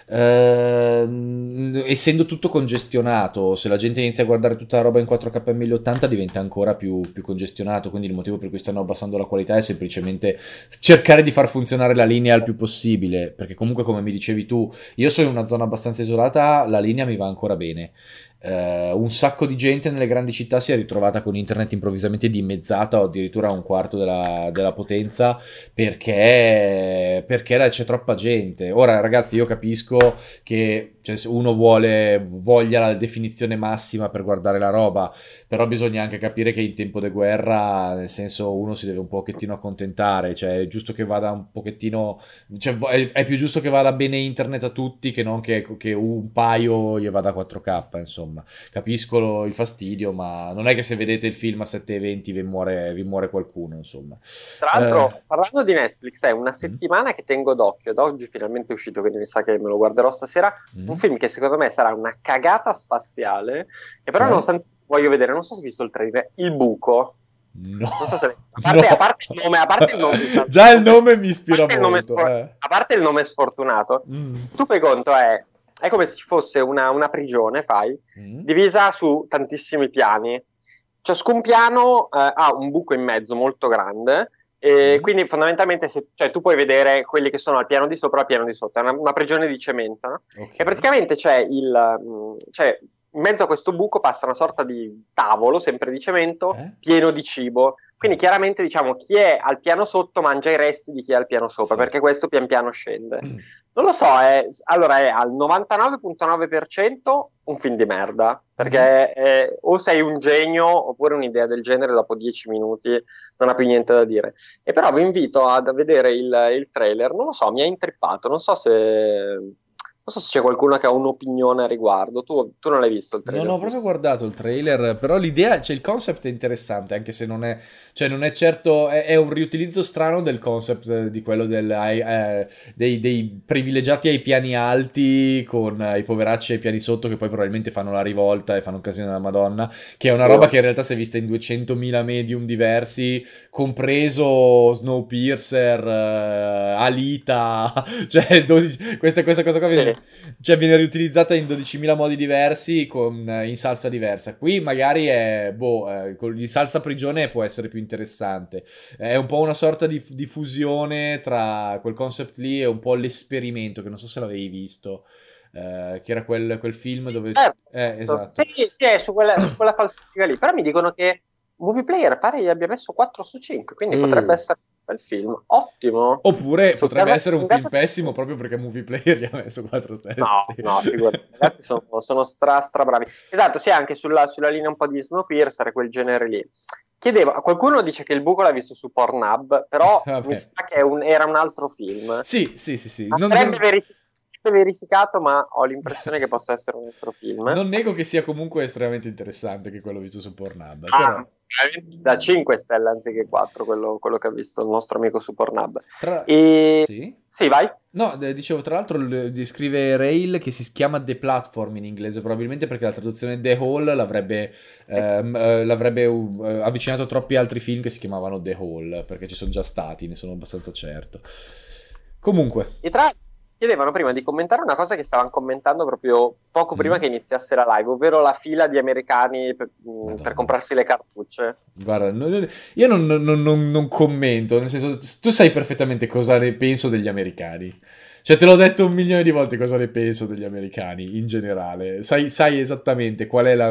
Essendo tutto congestionato, se la gente inizia a guardare tutta la roba in 4K e 1080 diventa ancora più congestionato, quindi il motivo per cui stanno abbassando la qualità è semplicemente cercare di far funzionare la linea il più possibile, perché comunque come mi dicevi tu, io sono in una zona abbastanza isolata, la linea mi va ancora bene. Un sacco di gente nelle grandi città si è ritrovata con internet improvvisamente dimezzata o addirittura un quarto della potenza perché c'è troppa gente. Ora ragazzi, io capisco che se uno voglia la definizione massima per guardare la roba, però bisogna anche capire che in tempo di guerra, nel senso, uno si deve un pochettino accontentare, cioè è giusto che vada un pochettino, cioè è più giusto che vada bene internet a tutti che non che un paio gli vada a 4K, insomma. Capisco il fastidio, ma non è che se vedete il film a 7:20 vi muore qualcuno, insomma. Tra l'altro, parlando di Netflix, è una settimana che tengo d'occhio, da oggi finalmente è uscito, quindi mi sa che me lo guarderò stasera, un film che secondo me sarà una cagata spaziale, e però nonostante voglio vedere, non so se hai visto il trailer, Il Buco. No, non so se a parte il nome, già il nome mi ispira molto. A parte il nome sfortunato, tu fai conto, è come se ci fosse una prigione, divisa su tantissimi piani. Ciascun piano ha un buco in mezzo molto grande, e quindi fondamentalmente cioè, tu puoi vedere quelli che sono al piano di sopra e al piano di sotto. È una prigione di cemento, no? Okay. E praticamente c'è in mezzo a questo buco passa una sorta di tavolo, sempre di cemento, pieno di cibo. Quindi chiaramente diciamo chi è al piano sotto mangia i resti di chi è al piano sopra, perché questo pian piano scende. Non lo so, allora è al 99,9% un film di merda, perché o sei un genio oppure un'idea del genere dopo 10 minuti non ha più niente da dire. E però vi invito a vedere il trailer, non lo so, mi ha intrippato, non so se c'è qualcuno che ha un'opinione a riguardo. Tu non l'hai visto il trailer? Non ho proprio guardato il trailer, però l'idea, cioè il concept è interessante, anche se non è certo, è un riutilizzo strano del concept di quello dei privilegiati ai piani alti con i poveracci ai piani sotto che poi probabilmente fanno la rivolta e fanno un casino della Madonna, che è una roba che in realtà si è vista in 200.000 medium diversi, compreso Snowpiercer, Alita, cioè questa cosa qua cioè viene riutilizzata in 12.000 modi diversi in salsa diversa. Qui magari in salsa prigione può essere più interessante. È un po' una sorta di fusione tra quel concept lì e un po' l'esperimento, che non so se l'avevi visto, che era quel film dove... esatto. Sì, è su quella falsifica lì. Però mi dicono che Movie Player pare gli abbia messo 4 su 5, quindi potrebbe essere bel film, ottimo. Oppure potrebbe essere un film pessimo proprio perché Movie Player gli ha messo 4 stelle. No, figurati, ragazzi sono stra bravi. Esatto, sì, anche sulla linea un po' di Snowpiercer, quel genere lì. Qualcuno dice che il buco l'ha visto su Pornhub, però mi sa che era un altro film. Sì. Andrebbe verificato, ma ho l'impressione che possa essere un altro film. Non nego che sia comunque estremamente interessante che quello visto su Pornhub, però... da 5 stelle anziché 4 quello che ha visto il nostro amico su Pornhub. Sì, vai. No, dicevo, tra l'altro descrive Rail che si chiama The Platform in inglese, probabilmente perché la traduzione The Hall l'avrebbe avvicinato a troppi altri film che si chiamavano The Hall, perché ci sono già stati, ne sono abbastanza certo. Comunque. E tra chiedevano prima di commentare una cosa che stavano commentando proprio poco prima che iniziasse la live, ovvero la fila di americani per comprarsi le cartucce. Guarda, io non commento, nel senso, tu sai perfettamente cosa ne penso degli americani. Cioè, te l'ho detto 1 milione di volte cosa ne penso degli americani in generale. Sai esattamente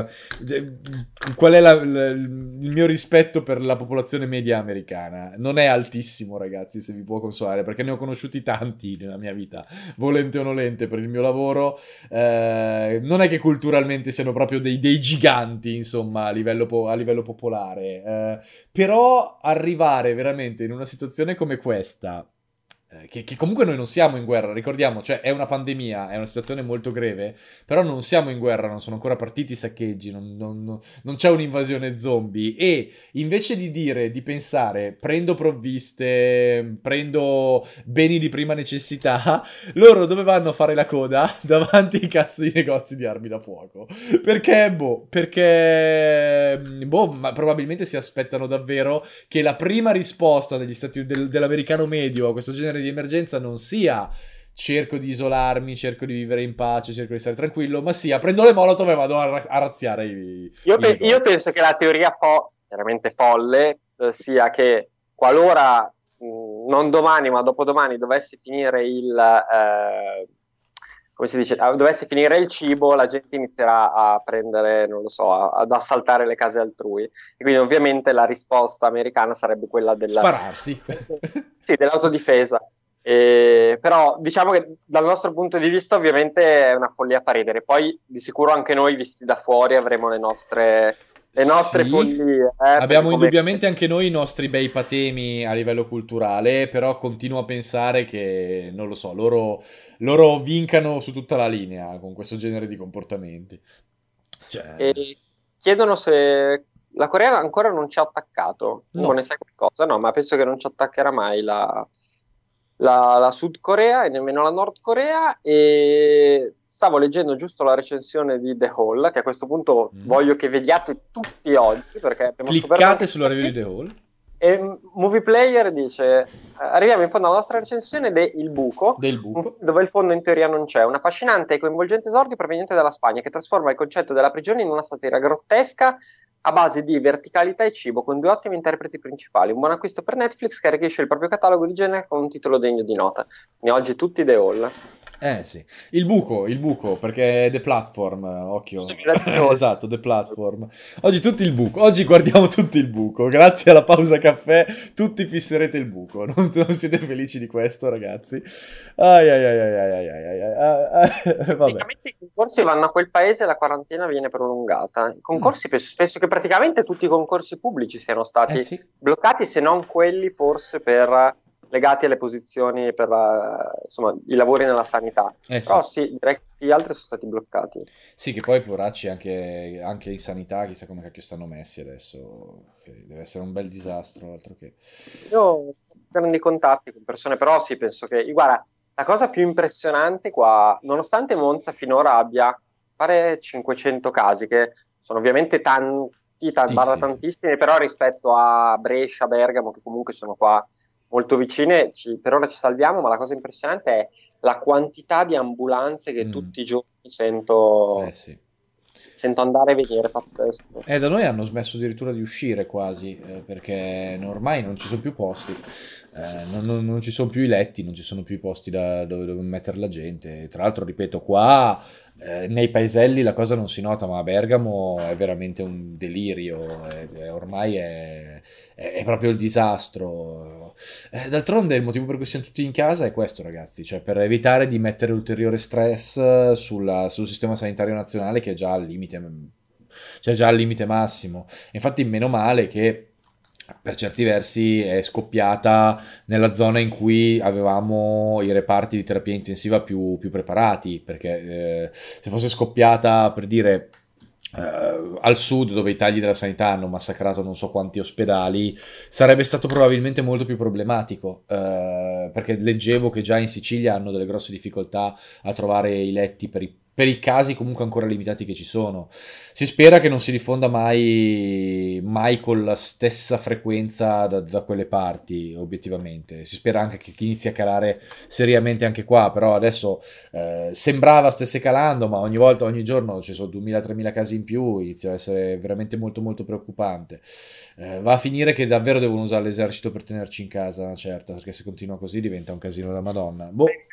il mio rispetto per la popolazione media americana. Non è altissimo, ragazzi, se vi può consolare, perché ne ho conosciuti tanti nella mia vita, volente o nolente, per il mio lavoro. Non è che culturalmente siano proprio dei giganti, insomma, a livello popolare. Però arrivare veramente in una situazione come questa, che comunque noi non siamo in guerra, ricordiamo, cioè è una pandemia, è una situazione molto greve, però non siamo in guerra, non sono ancora partiti i saccheggi, non c'è un'invasione zombie, e invece di pensare, prendo provviste, prendo beni di prima necessità, loro dove vanno a fare la coda? Davanti ai cazzo di negozi di armi da fuoco. Ma probabilmente si aspettano davvero che la prima risposta dell'americano medio a questo genere di emergenza non sia cerco di isolarmi, cerco di vivere in pace, cerco di stare tranquillo, ma sia prendo le molotov e vado a razziare Io, i negozi. io penso che la teoria veramente folle sia che qualora non domani ma dopodomani dovesse finire come si dice, dovesse finire il cibo, la gente inizierà a prendere, non lo so, ad assaltare le case altrui. E quindi ovviamente la risposta americana sarebbe quella Spararsi. sì, dell'autodifesa. Però diciamo che dal nostro punto di vista ovviamente è una follia, fa ridere. Poi di sicuro anche noi visti da fuori avremo le nostre Sì, follie. abbiamo indubbiamente anche noi i nostri bei patemi a livello culturale, però continuo a pensare che, non lo so, loro vincano su tutta la linea con questo genere di comportamenti. Cioè, E chiedono se la Corea ancora non ci ha attaccato. no. Ne sai qualcosa? No, ma penso che non ci attaccherà mai la Sud Corea e nemmeno la Nord Corea. E stavo leggendo giusto la recensione di The Hall, che a questo punto voglio che vediate tutti oggi, perché abbiamo Cliccate sulla review di The Hall. E Movie Player dice: arriviamo in fondo alla nostra recensione Il Buco, dove il fondo in teoria non c'è. Un affascinante e coinvolgente esordio proveniente dalla Spagna che trasforma il concetto della prigione in una satira grottesca a base di verticalità e cibo, con 2 ottimi interpreti principali. Un buon acquisto per Netflix che arricchisce il proprio catalogo di genere con un titolo degno di nota. Quindi oggi tutti The Hall. Sì. Il buco, perché è The Platform, occhio. Esatto, The Platform. Oggi tutti il buco, oggi guardiamo tutti il buco. Grazie alla pausa caffè, tutti fisserete il buco. Non siete felici di questo, ragazzi? Vabbè. Praticamente i concorsi vanno a quel paese e la quarantena viene prolungata. I concorsi, penso che praticamente tutti i concorsi pubblici siano stati bloccati, se non quelli forse legati alle posizioni per insomma, i lavori nella sanità. Però sì, direi che gli altri sono stati bloccati. Sì, che poi poracci anche in sanità, chissà come cacchio stanno messi adesso. Deve essere un bel disastro, altro che. Io ho grandi contatti con persone, però sì, penso che, guarda, la cosa più impressionante qua, nonostante Monza finora abbia, pare 500 casi, che sono ovviamente tantissimi, però rispetto a Brescia, Bergamo, che comunque sono qua molto vicine, per ora ci salviamo, ma la cosa impressionante è la quantità di ambulanze che tutti i giorni sento andare e venire, pazzesco. Da noi hanno smesso addirittura di uscire quasi, perché ormai non ci sono più posti, non ci sono più i letti, non ci sono più i posti dove mettere la gente. Tra l'altro, ripeto, qua nei paeselli la cosa non si nota, ma a Bergamo è veramente un delirio, ormai è proprio il disastro. D'altronde il motivo per cui siamo tutti in casa è questo, ragazzi, cioè per evitare di mettere ulteriore stress sul sistema sanitario nazionale, che è già al limite massimo. Infatti meno male che per certi versi è scoppiata nella zona in cui avevamo i reparti di terapia intensiva più preparati, perché se fosse scoppiata, per dire, al sud, dove i tagli della sanità hanno massacrato non so quanti ospedali, sarebbe stato probabilmente molto più problematico, perché leggevo che già in Sicilia hanno delle grosse difficoltà a trovare i letti per i casi comunque ancora limitati che ci sono. Si spera che non si diffonda mai con la stessa frequenza da quelle parti, obiettivamente. Si spera anche che inizi a calare seriamente anche qua, però adesso sembrava stesse calando, ma ogni giorno ci sono 2000-3000 casi in più, inizia a essere veramente molto molto preoccupante. Va a finire che davvero devono usare l'esercito per tenerci in casa, una certa, perché se continua così diventa un casino da Madonna. Boh.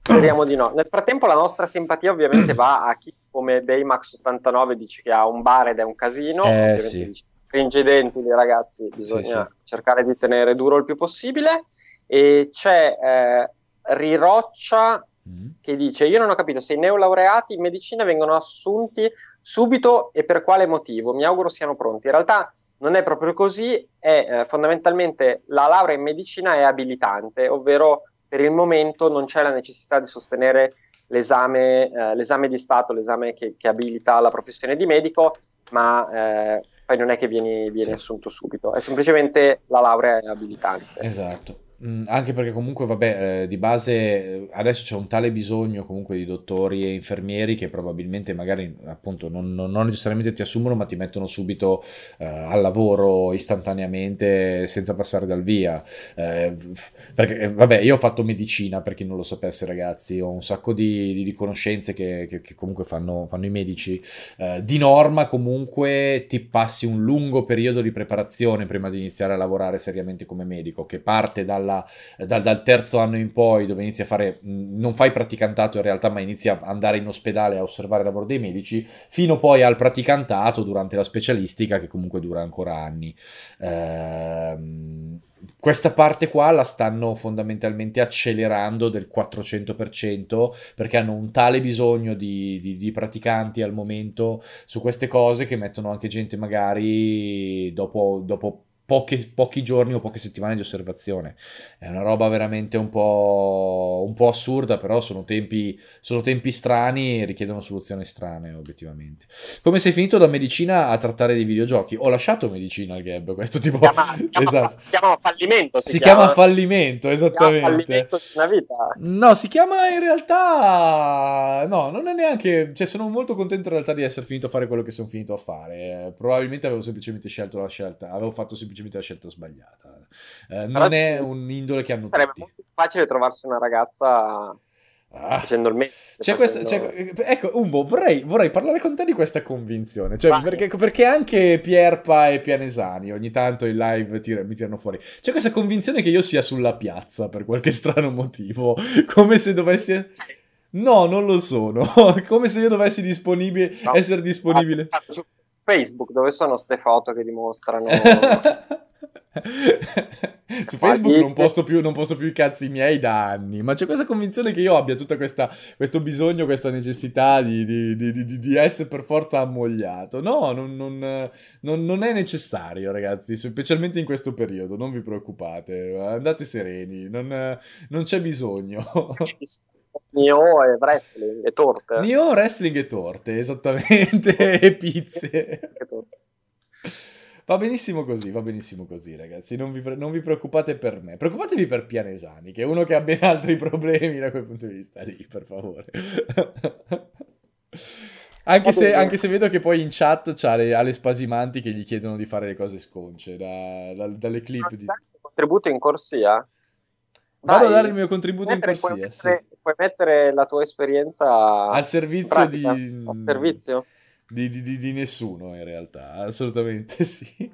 Speriamo di no. Nel frattempo la nostra simpatia ovviamente va a chi come Baymax89 dice che ha un bar ed è un casino, ovviamente Sì. dice stringe i denti lì ragazzi, Sì, bisogna sì. cercare di tenere duro il più possibile. E c'è Riroccia Mm. che dice: io non ho capito se i neolaureati in medicina vengono assunti subito e per quale motivo, mi auguro siano pronti. In realtà non è proprio così, fondamentalmente la laurea in medicina è abilitante, ovvero per il momento non c'è la necessità di sostenere l'esame di Stato, l'esame che abilita la professione di medico, ma poi non è che vieni Sì. assunto subito, è semplicemente la laurea è abilitante. Esatto. Anche perché comunque, vabbè, di base adesso c'è un tale bisogno comunque di dottori e infermieri che probabilmente magari appunto non necessariamente ti assumono, ma ti mettono subito al lavoro istantaneamente senza passare dal via. Perché, vabbè, io ho fatto medicina, per chi non lo sapesse, ragazzi, ho un sacco di conoscenze che comunque fanno i medici. Di norma comunque ti passi un lungo periodo di preparazione prima di iniziare a lavorare seriamente come medico, che parte dal terzo anno in poi, dove inizi a fare, non fai praticantato in realtà, ma inizi a andare in ospedale a osservare il lavoro dei medici, fino poi al praticantato durante la specialistica, che comunque dura ancora anni. Questa parte qua la stanno fondamentalmente accelerando del 400% perché hanno un tale bisogno di praticanti al momento su queste cose che mettono anche gente magari dopo pochi giorni o poche settimane di osservazione. È una roba veramente un po' assurda, però sono tempi strani e richiedono soluzioni strane, obiettivamente. Come sei finito da medicina a trattare di videogiochi? Ho lasciato medicina al Gab, questo tipo... Esatto. Si chiama fallimento, Si chiama fallimento, si chiama esattamente. fallimento di una vita. No, si chiama in realtà... No, non è neanche... Cioè, sono molto contento in realtà di essere finito a fare quello che sono finito a fare. Probabilmente avevo semplicemente scelto la scelta... Avevo fatto semplicemente la scelta sbagliata. Non è un'indole che hanno sarebbe tutti. molto facile trovarsi una ragazza facendo il medico. Ecco, Umbo, vorrei parlare con te di questa convinzione. Cioè, Vai. perché anche Pierpa e Pianesani ogni tanto in live mi tirano fuori. C'è questa convinzione che io sia sulla piazza per qualche strano motivo. Come se dovessi... No, non lo sono. Come se io dovessi essere disponibile. Su Facebook, dove sono ste foto che dimostrano... Su Facebook non posto più i cazzi miei da anni, ma c'è questa convinzione che io abbia tutto questo bisogno, questa necessità di essere per forza ammogliato. No, non è necessario, ragazzi, specialmente in questo periodo, non vi preoccupate, andate sereni, non c'è bisogno. Nioh e wrestling e torte. Nioh, wrestling e torte, esattamente, e pizze. Va benissimo così, ragazzi. Non vi preoccupate per me. Preoccupatevi per Pianesani, che è uno che ha ben altri problemi da quel punto di vista lì, per favore. Anche se vedo che poi in chat ha le spasimanti che gli chiedono di fare le cose sconce dalle clip di... Contributo in corsia? Vado a dare il mio contributo in corsia, sì. Puoi mettere la tua esperienza al servizio al servizio? Di nessuno, in realtà, assolutamente sì.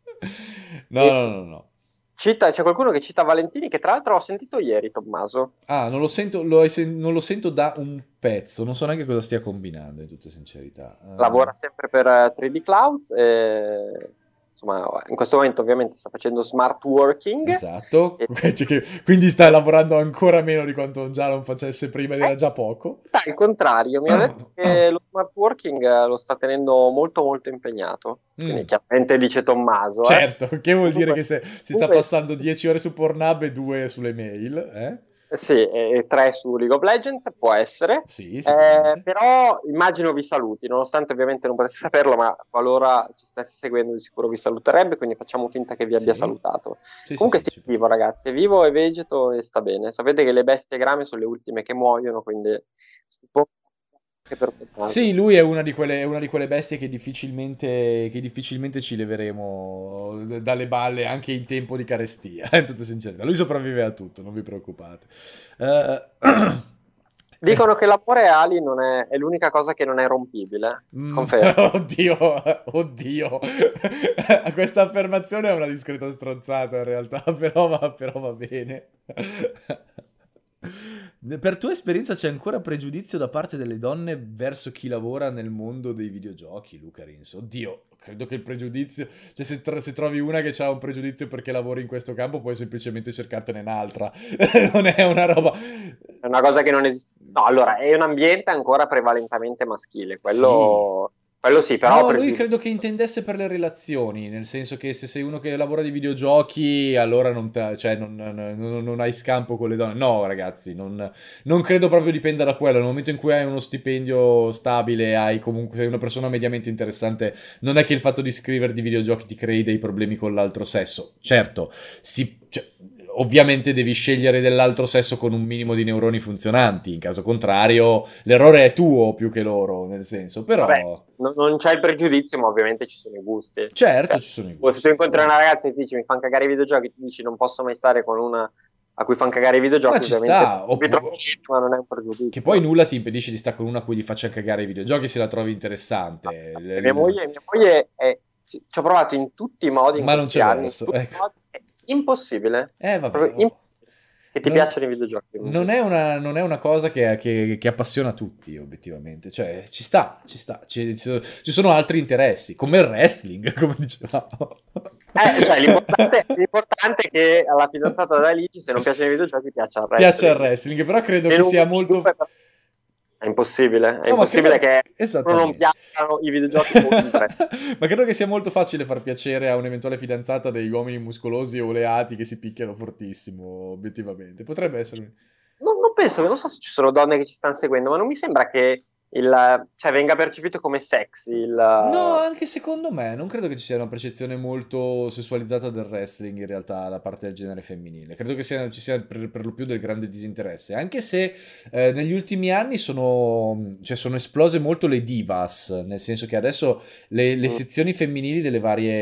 No. C'è qualcuno che cita Valentini, che tra l'altro ho sentito ieri, Tommaso. Ah, non lo sento da un pezzo, non so neanche cosa stia combinando, in tutta sincerità. Lavora sempre per 3D Clouds e... Insomma, in questo momento ovviamente sta facendo smart working. Esatto, quindi sta lavorando ancora meno di quanto già non facesse prima ed era già poco. Al contrario, mi ha detto che lo smart working lo sta tenendo molto molto impegnato. Quindi chiaramente dice Tommaso. Certo, che vuol dire che si sta passando 10 ore su Pornhub e 2 sulle mail, eh? Sì, e 3 su League of Legends, può essere. Sì, però immagino vi saluti, nonostante ovviamente non potesse saperlo, ma qualora ci stesse seguendo di sicuro vi saluterebbe, quindi facciamo finta che vi abbia salutato. Comunque sì, vivo ragazzi, è vivo e vegeto e sta bene. Sapete che le bestie grame sono le ultime che muoiono, quindi sì, lui è una di quelle bestie che difficilmente ci leveremo dalle balle anche in tempo di carestia, in tutta sincerità. Lui sopravvive a tutto, non vi preoccupate. Dicono che l'amore a ali è l'unica cosa che non è rompibile. Confermo. Oddio. Questa affermazione è una discreta stronzata in realtà, però va bene. Per tua esperienza c'è ancora pregiudizio da parte delle donne verso chi lavora nel mondo dei videogiochi, Luca Rinso? Oddio, credo che il pregiudizio... Cioè, se trovi una che ha un pregiudizio perché lavori in questo campo, puoi semplicemente cercartene un'altra. Non è una roba... È una cosa che non esiste. No, allora, è un ambiente ancora prevalentemente maschile, quello sì, però No, lui credo che intendesse per le relazioni, nel senso che se sei uno che lavora di videogiochi, allora non hai scampo con le donne. No, ragazzi, non credo proprio dipenda da quello. Nel momento in cui hai uno stipendio stabile, sei una persona mediamente interessante, non è che il fatto di scrivere di videogiochi ti crei dei problemi con l'altro sesso. Certo, ovviamente devi scegliere dell'altro sesso con un minimo di neuroni funzionanti, in caso contrario l'errore è tuo più che loro, nel senso, però... Vabbè, non c'è il pregiudizio, ma ovviamente ci sono i gusti. Certo, Cioè, ci sono i se gusti. tu incontri una ragazza e ti dici mi fanno cagare i videogiochi, ti dici non posso mai stare con una a cui fanno cagare i videogiochi, Ma ci ovviamente sta, ma non è un che pregiudizio. poi nulla ti impedisce di stare con una a cui gli faccia cagare i videogiochi se la trovi interessante. Mia moglie ci ho provato in tutti i modi in Ma non questi c'è anni, verso, ecco. è impossibile. Vabbè, Proprio che ti non, piacciono i videogiochi. non è una cosa che appassiona tutti, obiettivamente. Cioè, ci sta. Ci sono altri interessi, come il wrestling, come dicevamo. Cioè, l'importante è che alla fidanzata da Alice, se non piacciono i videogiochi, piaccia il wrestling. Piace il wrestling, però credo che sia molto... È impossibile, No, ma credo... che non piacciono i videogiochi oltre. Ma credo che sia molto facile far piacere a un'eventuale fidanzata dei uomini muscolosi o oleati che si picchiano fortissimo, obiettivamente. Potrebbe essere... Non penso, non so se ci sono donne che ci stanno seguendo, ma non mi sembra che venga percepito come sexy. No, anche secondo me, non credo che ci sia una percezione molto sessualizzata del wrestling in realtà da parte del genere femminile. Credo che ci sia per lo più del grande disinteresse, anche se negli ultimi anni sono esplose molto le divas, nel senso che adesso le sezioni femminili delle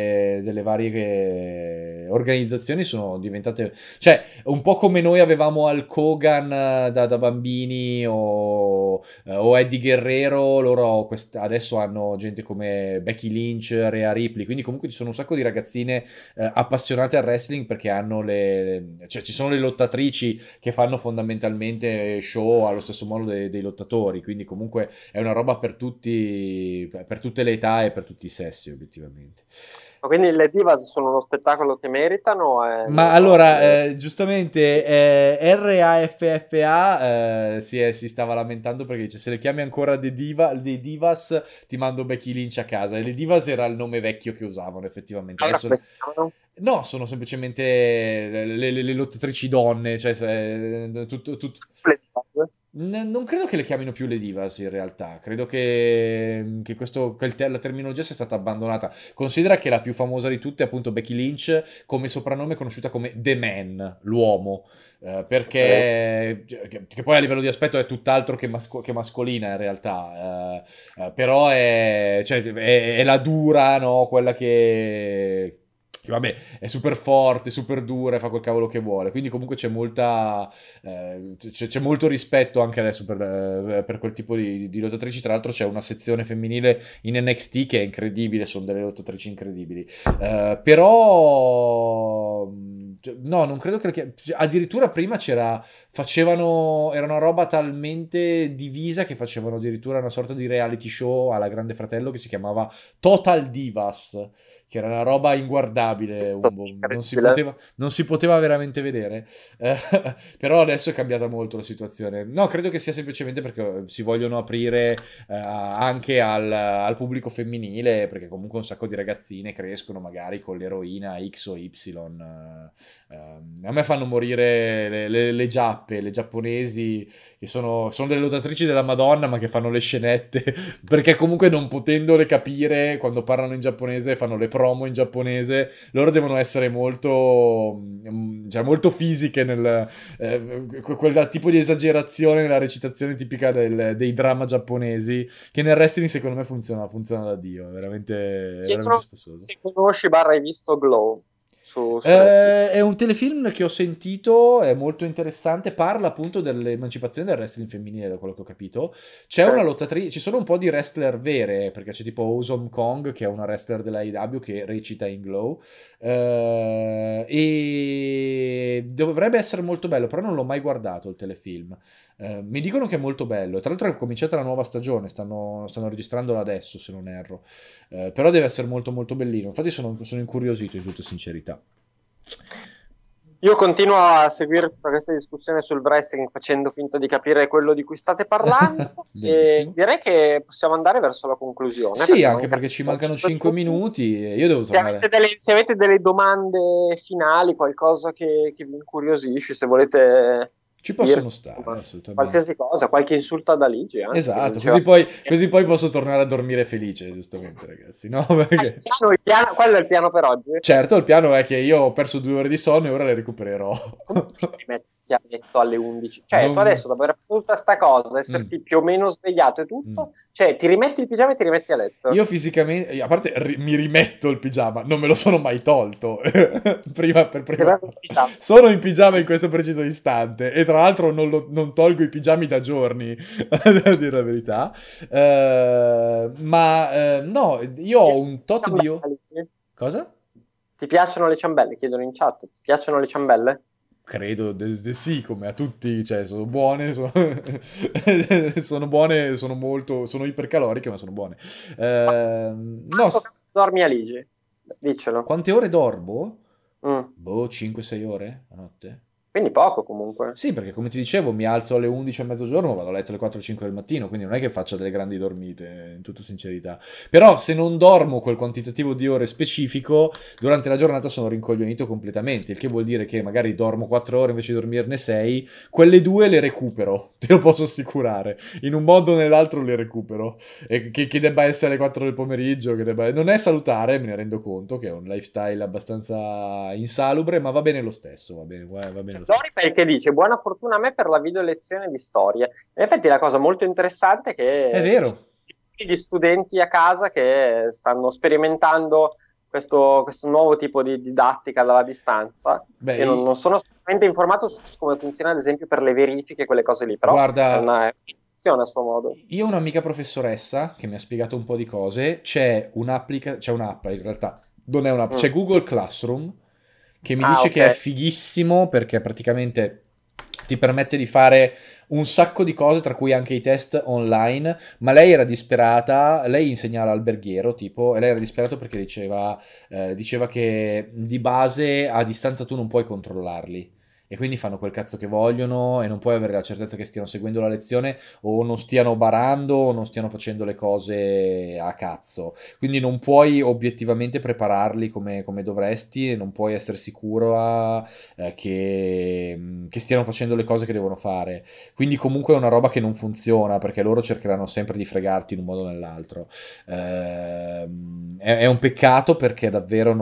varie organizzazioni sono diventate... Cioè, un po' come noi avevamo Hulk Hogan da bambini o Eddie Guerrero, loro adesso hanno gente come Becky Lynch, Rhea Ripley, quindi comunque ci sono un sacco di ragazzine appassionate al wrestling perché hanno cioè ci sono le lottatrici che fanno fondamentalmente show allo stesso modo dei lottatori, quindi comunque è una roba per tutti, per tutte le età e per tutti i sessi, obiettivamente. Quindi le divas sono uno spettacolo che meritano? Ma allora, giustamente RAFFA si stava lamentando perché dice se le chiami ancora dei Divas ti mando Becky Lynch a casa, e le Divas era il nome vecchio che usavano effettivamente. Allora, adesso... No, sono semplicemente le lottatrici donne, cioè tutto... Le divas? Non credo che le chiamino più le divas in realtà, credo che la terminologia sia stata abbandonata. Considera che la più famosa di tutte è appunto Becky Lynch, come soprannome è conosciuta come The Man, l'uomo, perché che poi a livello di aspetto è tutt'altro che mascolina in realtà, però è la dura, no? Quella che vabbè, è super forte, super dura e fa quel cavolo che vuole. Quindi comunque c'è molto rispetto anche adesso per quel tipo di lottatrici. Tra l'altro c'è una sezione femminile in NXT che è incredibile, sono delle lottatrici incredibili. Però... No, non credo che... Addirittura prima era una roba talmente divisa che facevano addirittura una sorta di reality show alla Grande Fratello che si chiamava Total Divas, che era una roba inguardabile, non si poteva veramente vedere, però adesso è cambiata molto la situazione. No, credo che sia semplicemente perché si vogliono aprire anche al pubblico femminile, perché comunque un sacco di ragazzine crescono magari con l'eroina X o Y. A me fanno morire le giapponesi, che sono delle lottatrici della Madonna, ma che fanno le scenette, perché comunque non potendole capire, quando parlano in giapponese fanno le promo in giapponese, loro devono essere molto fisiche quel tipo di esagerazione nella recitazione tipica dei drama giapponesi, che nel wrestling secondo me funziona da Dio, è veramente spassoso. Se conosci / hai visto Glow. su Netflix? È un telefilm che ho sentito, è molto interessante, parla appunto dell'emancipazione del wrestling femminile, da quello che ho capito. C'è una Ok. lottatrice, ci sono un po' di wrestler vere, perché c'è tipo Awesome Kong, che è una wrestler della AEW che recita in Glow, e dovrebbe essere molto bello, però non l'ho mai guardato il telefilm. Mi dicono che è molto bello, tra l'altro è cominciata la nuova stagione, stanno registrandola adesso se non erro. Però deve essere molto molto bellino. Infatti sono incuriosito in tutta sincerità. Io continuo a seguire tutta questa discussione sul wrestling facendo finta di capire quello di cui state parlando e Benissimo. direi che possiamo andare verso la conclusione Sì, perché anche mancano perché ci mancano 5 5 minuti. minuti e io devo tornare. Se avete delle domande finali, qualcosa che vi incuriosisce, se volete Ci possono dirci stare, insomma, assolutamente. qualsiasi cosa, qualche insulto ad Aligi anche che mi Esatto, diceva. così poi posso tornare a dormire felice, giustamente, ragazzi. No, perché... Quello è il piano per oggi. Certo, il piano è che io ho perso 2 ore di sonno e ora le recupererò. Come ti rimetti a letto alle 11? Cioè, tu Non... adesso, dopo aver fatto tutta sta cosa, Mm, esserti più o meno svegliato e mm. tutto, cioè, ti rimetti il pigiama e ti rimetti a letto. Io fisicamente, a parte mi rimetto il pigiama, non me lo sono mai tolto. Prima per Mi prima. sembra un pigiama. Sono in pigiama in questo preciso istante e tra l'altro non tolgo i pigiami da giorni, a dire la verità. Ma no, io ho un tot di... Ciambelle, sì. Cosa? Ti piacciono le ciambelle? Chiedono in chat. Ti piacciono le ciambelle? Credo sì, come a tutti, cioè sono buone, sono buone, sono molto, sono ipercaloriche, ma sono buone. No, Quanto cazzo dormi Aligi? Diccelo. quante ore dormo? Mm. Boh, 5-6 ore a notte? Quindi poco comunque. Sì, perché come ti dicevo, mi alzo alle 11 a mezzogiorno, vado a letto alle 4-5 del mattino, quindi non è che faccia delle grandi dormite, in tutta sincerità. Però se non dormo quel quantitativo di ore specifico, durante la giornata sono rincoglionito completamente, il che vuol dire che magari dormo 4 ore invece di dormirne 6, quelle 2 le recupero, te lo posso assicurare. In un modo o nell'altro le recupero. E che debba essere alle 4 del pomeriggio, non è salutare, me ne rendo conto, che è un lifestyle abbastanza insalubre, ma va bene lo stesso, va bene lo stesso. Dori che dice buona fortuna a me per la video lezione di storia. In effetti la cosa molto interessante è È che vero. gli studenti a casa che stanno sperimentando questo nuovo tipo di didattica dalla distanza. Beh, Io non sono assolutamente informato su come funziona, ad esempio, per le verifiche, quelle cose lì, però è guarda, una funziona a suo modo. io ho un'amica professoressa che mi ha spiegato un po' di cose. C'è un'app, in realtà non è un'app, Mm. c'è Google Classroom che mi Ah, dice ok. che è fighissimo perché praticamente ti permette di fare un sacco di cose, tra cui anche i test online. Ma lei era disperata, lei insegna all'alberghiero, tipo, e lei era disperata perché diceva che di base a distanza tu non puoi controllarli. E quindi fanno quel cazzo che vogliono e non puoi avere la certezza che stiano seguendo la lezione o non stiano barando o non stiano facendo le cose a cazzo. Quindi non puoi obiettivamente prepararli come dovresti e non puoi essere sicuro che stiano facendo le cose che devono fare. Quindi comunque è una roba che non funziona perché loro cercheranno sempre di fregarti in un modo o nell'altro. È un peccato perché davvero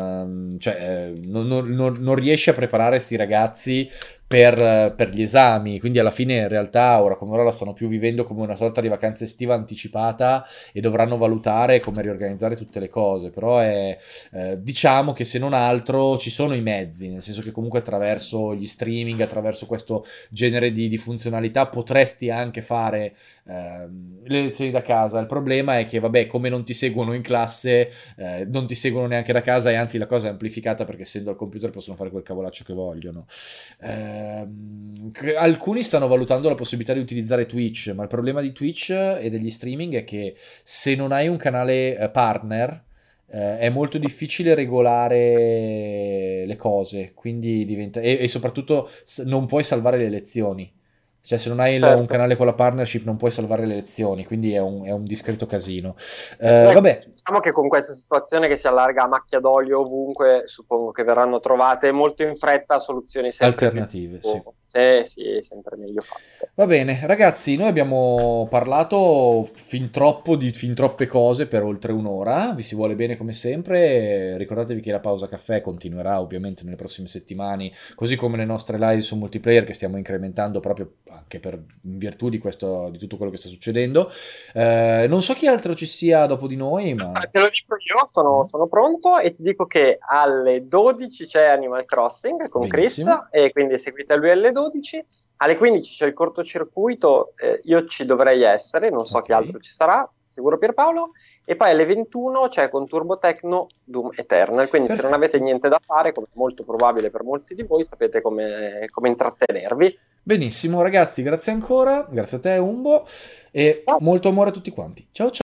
non riesci a preparare sti ragazzi per gli esami, quindi alla fine in realtà ora come ora la stanno più vivendo come una sorta di vacanza estiva anticipata e dovranno valutare come riorganizzare tutte le cose, però diciamo che se non altro ci sono i mezzi, nel senso che comunque attraverso gli streaming, attraverso questo genere di funzionalità potresti anche fare le lezioni da casa. Il problema è che vabbè, come non ti seguono in classe, non ti seguono neanche da casa e anzi la cosa è amplificata perché essendo al computer possono fare quel cavolaccio che vogliono. Alcuni stanno valutando la possibilità di utilizzare Twitch, ma il problema di Twitch e degli streaming è che se non hai un canale partner è molto difficile regolare le cose, quindi diventa e soprattutto non puoi salvare le lezioni. Cioè, se non hai un Certo. canale con la partnership non puoi salvare le lezioni, quindi è un discreto casino. Beh, Vabbè, diciamo che con questa situazione che si allarga a macchia d'olio ovunque, suppongo che verranno trovate molto in fretta soluzioni sempre più alternative, sì. sì, sì, sempre meglio fatte. Va bene, ragazzi, noi abbiamo parlato fin troppo di fin troppe cose per oltre un'ora. Vi si vuole bene come sempre. Ricordatevi che la pausa caffè continuerà ovviamente nelle prossime settimane, così come le nostre live su multiplayer che stiamo incrementando proprio anche in virtù di tutto quello che sta succedendo. Non so chi altro ci sia dopo di noi, ma... Te lo dico io, sono pronto e ti dico che alle 12 c'è Animal Crossing con Benissimo. Chris e quindi seguite lui alle 12. Alle 15 c'è il cortocircuito, io ci dovrei essere, non so Ok. chi altro ci sarà, sicuro Pierpaolo. E poi alle 21 c'è con Turbo Techno Doom Eternal, quindi se non avete Perfetto. niente da fare, come è molto probabile per molti di voi, sapete come intrattenervi. Benissimo, ragazzi, grazie ancora, grazie a te, Umbo, e molto amore a tutti quanti. Ciao ciao.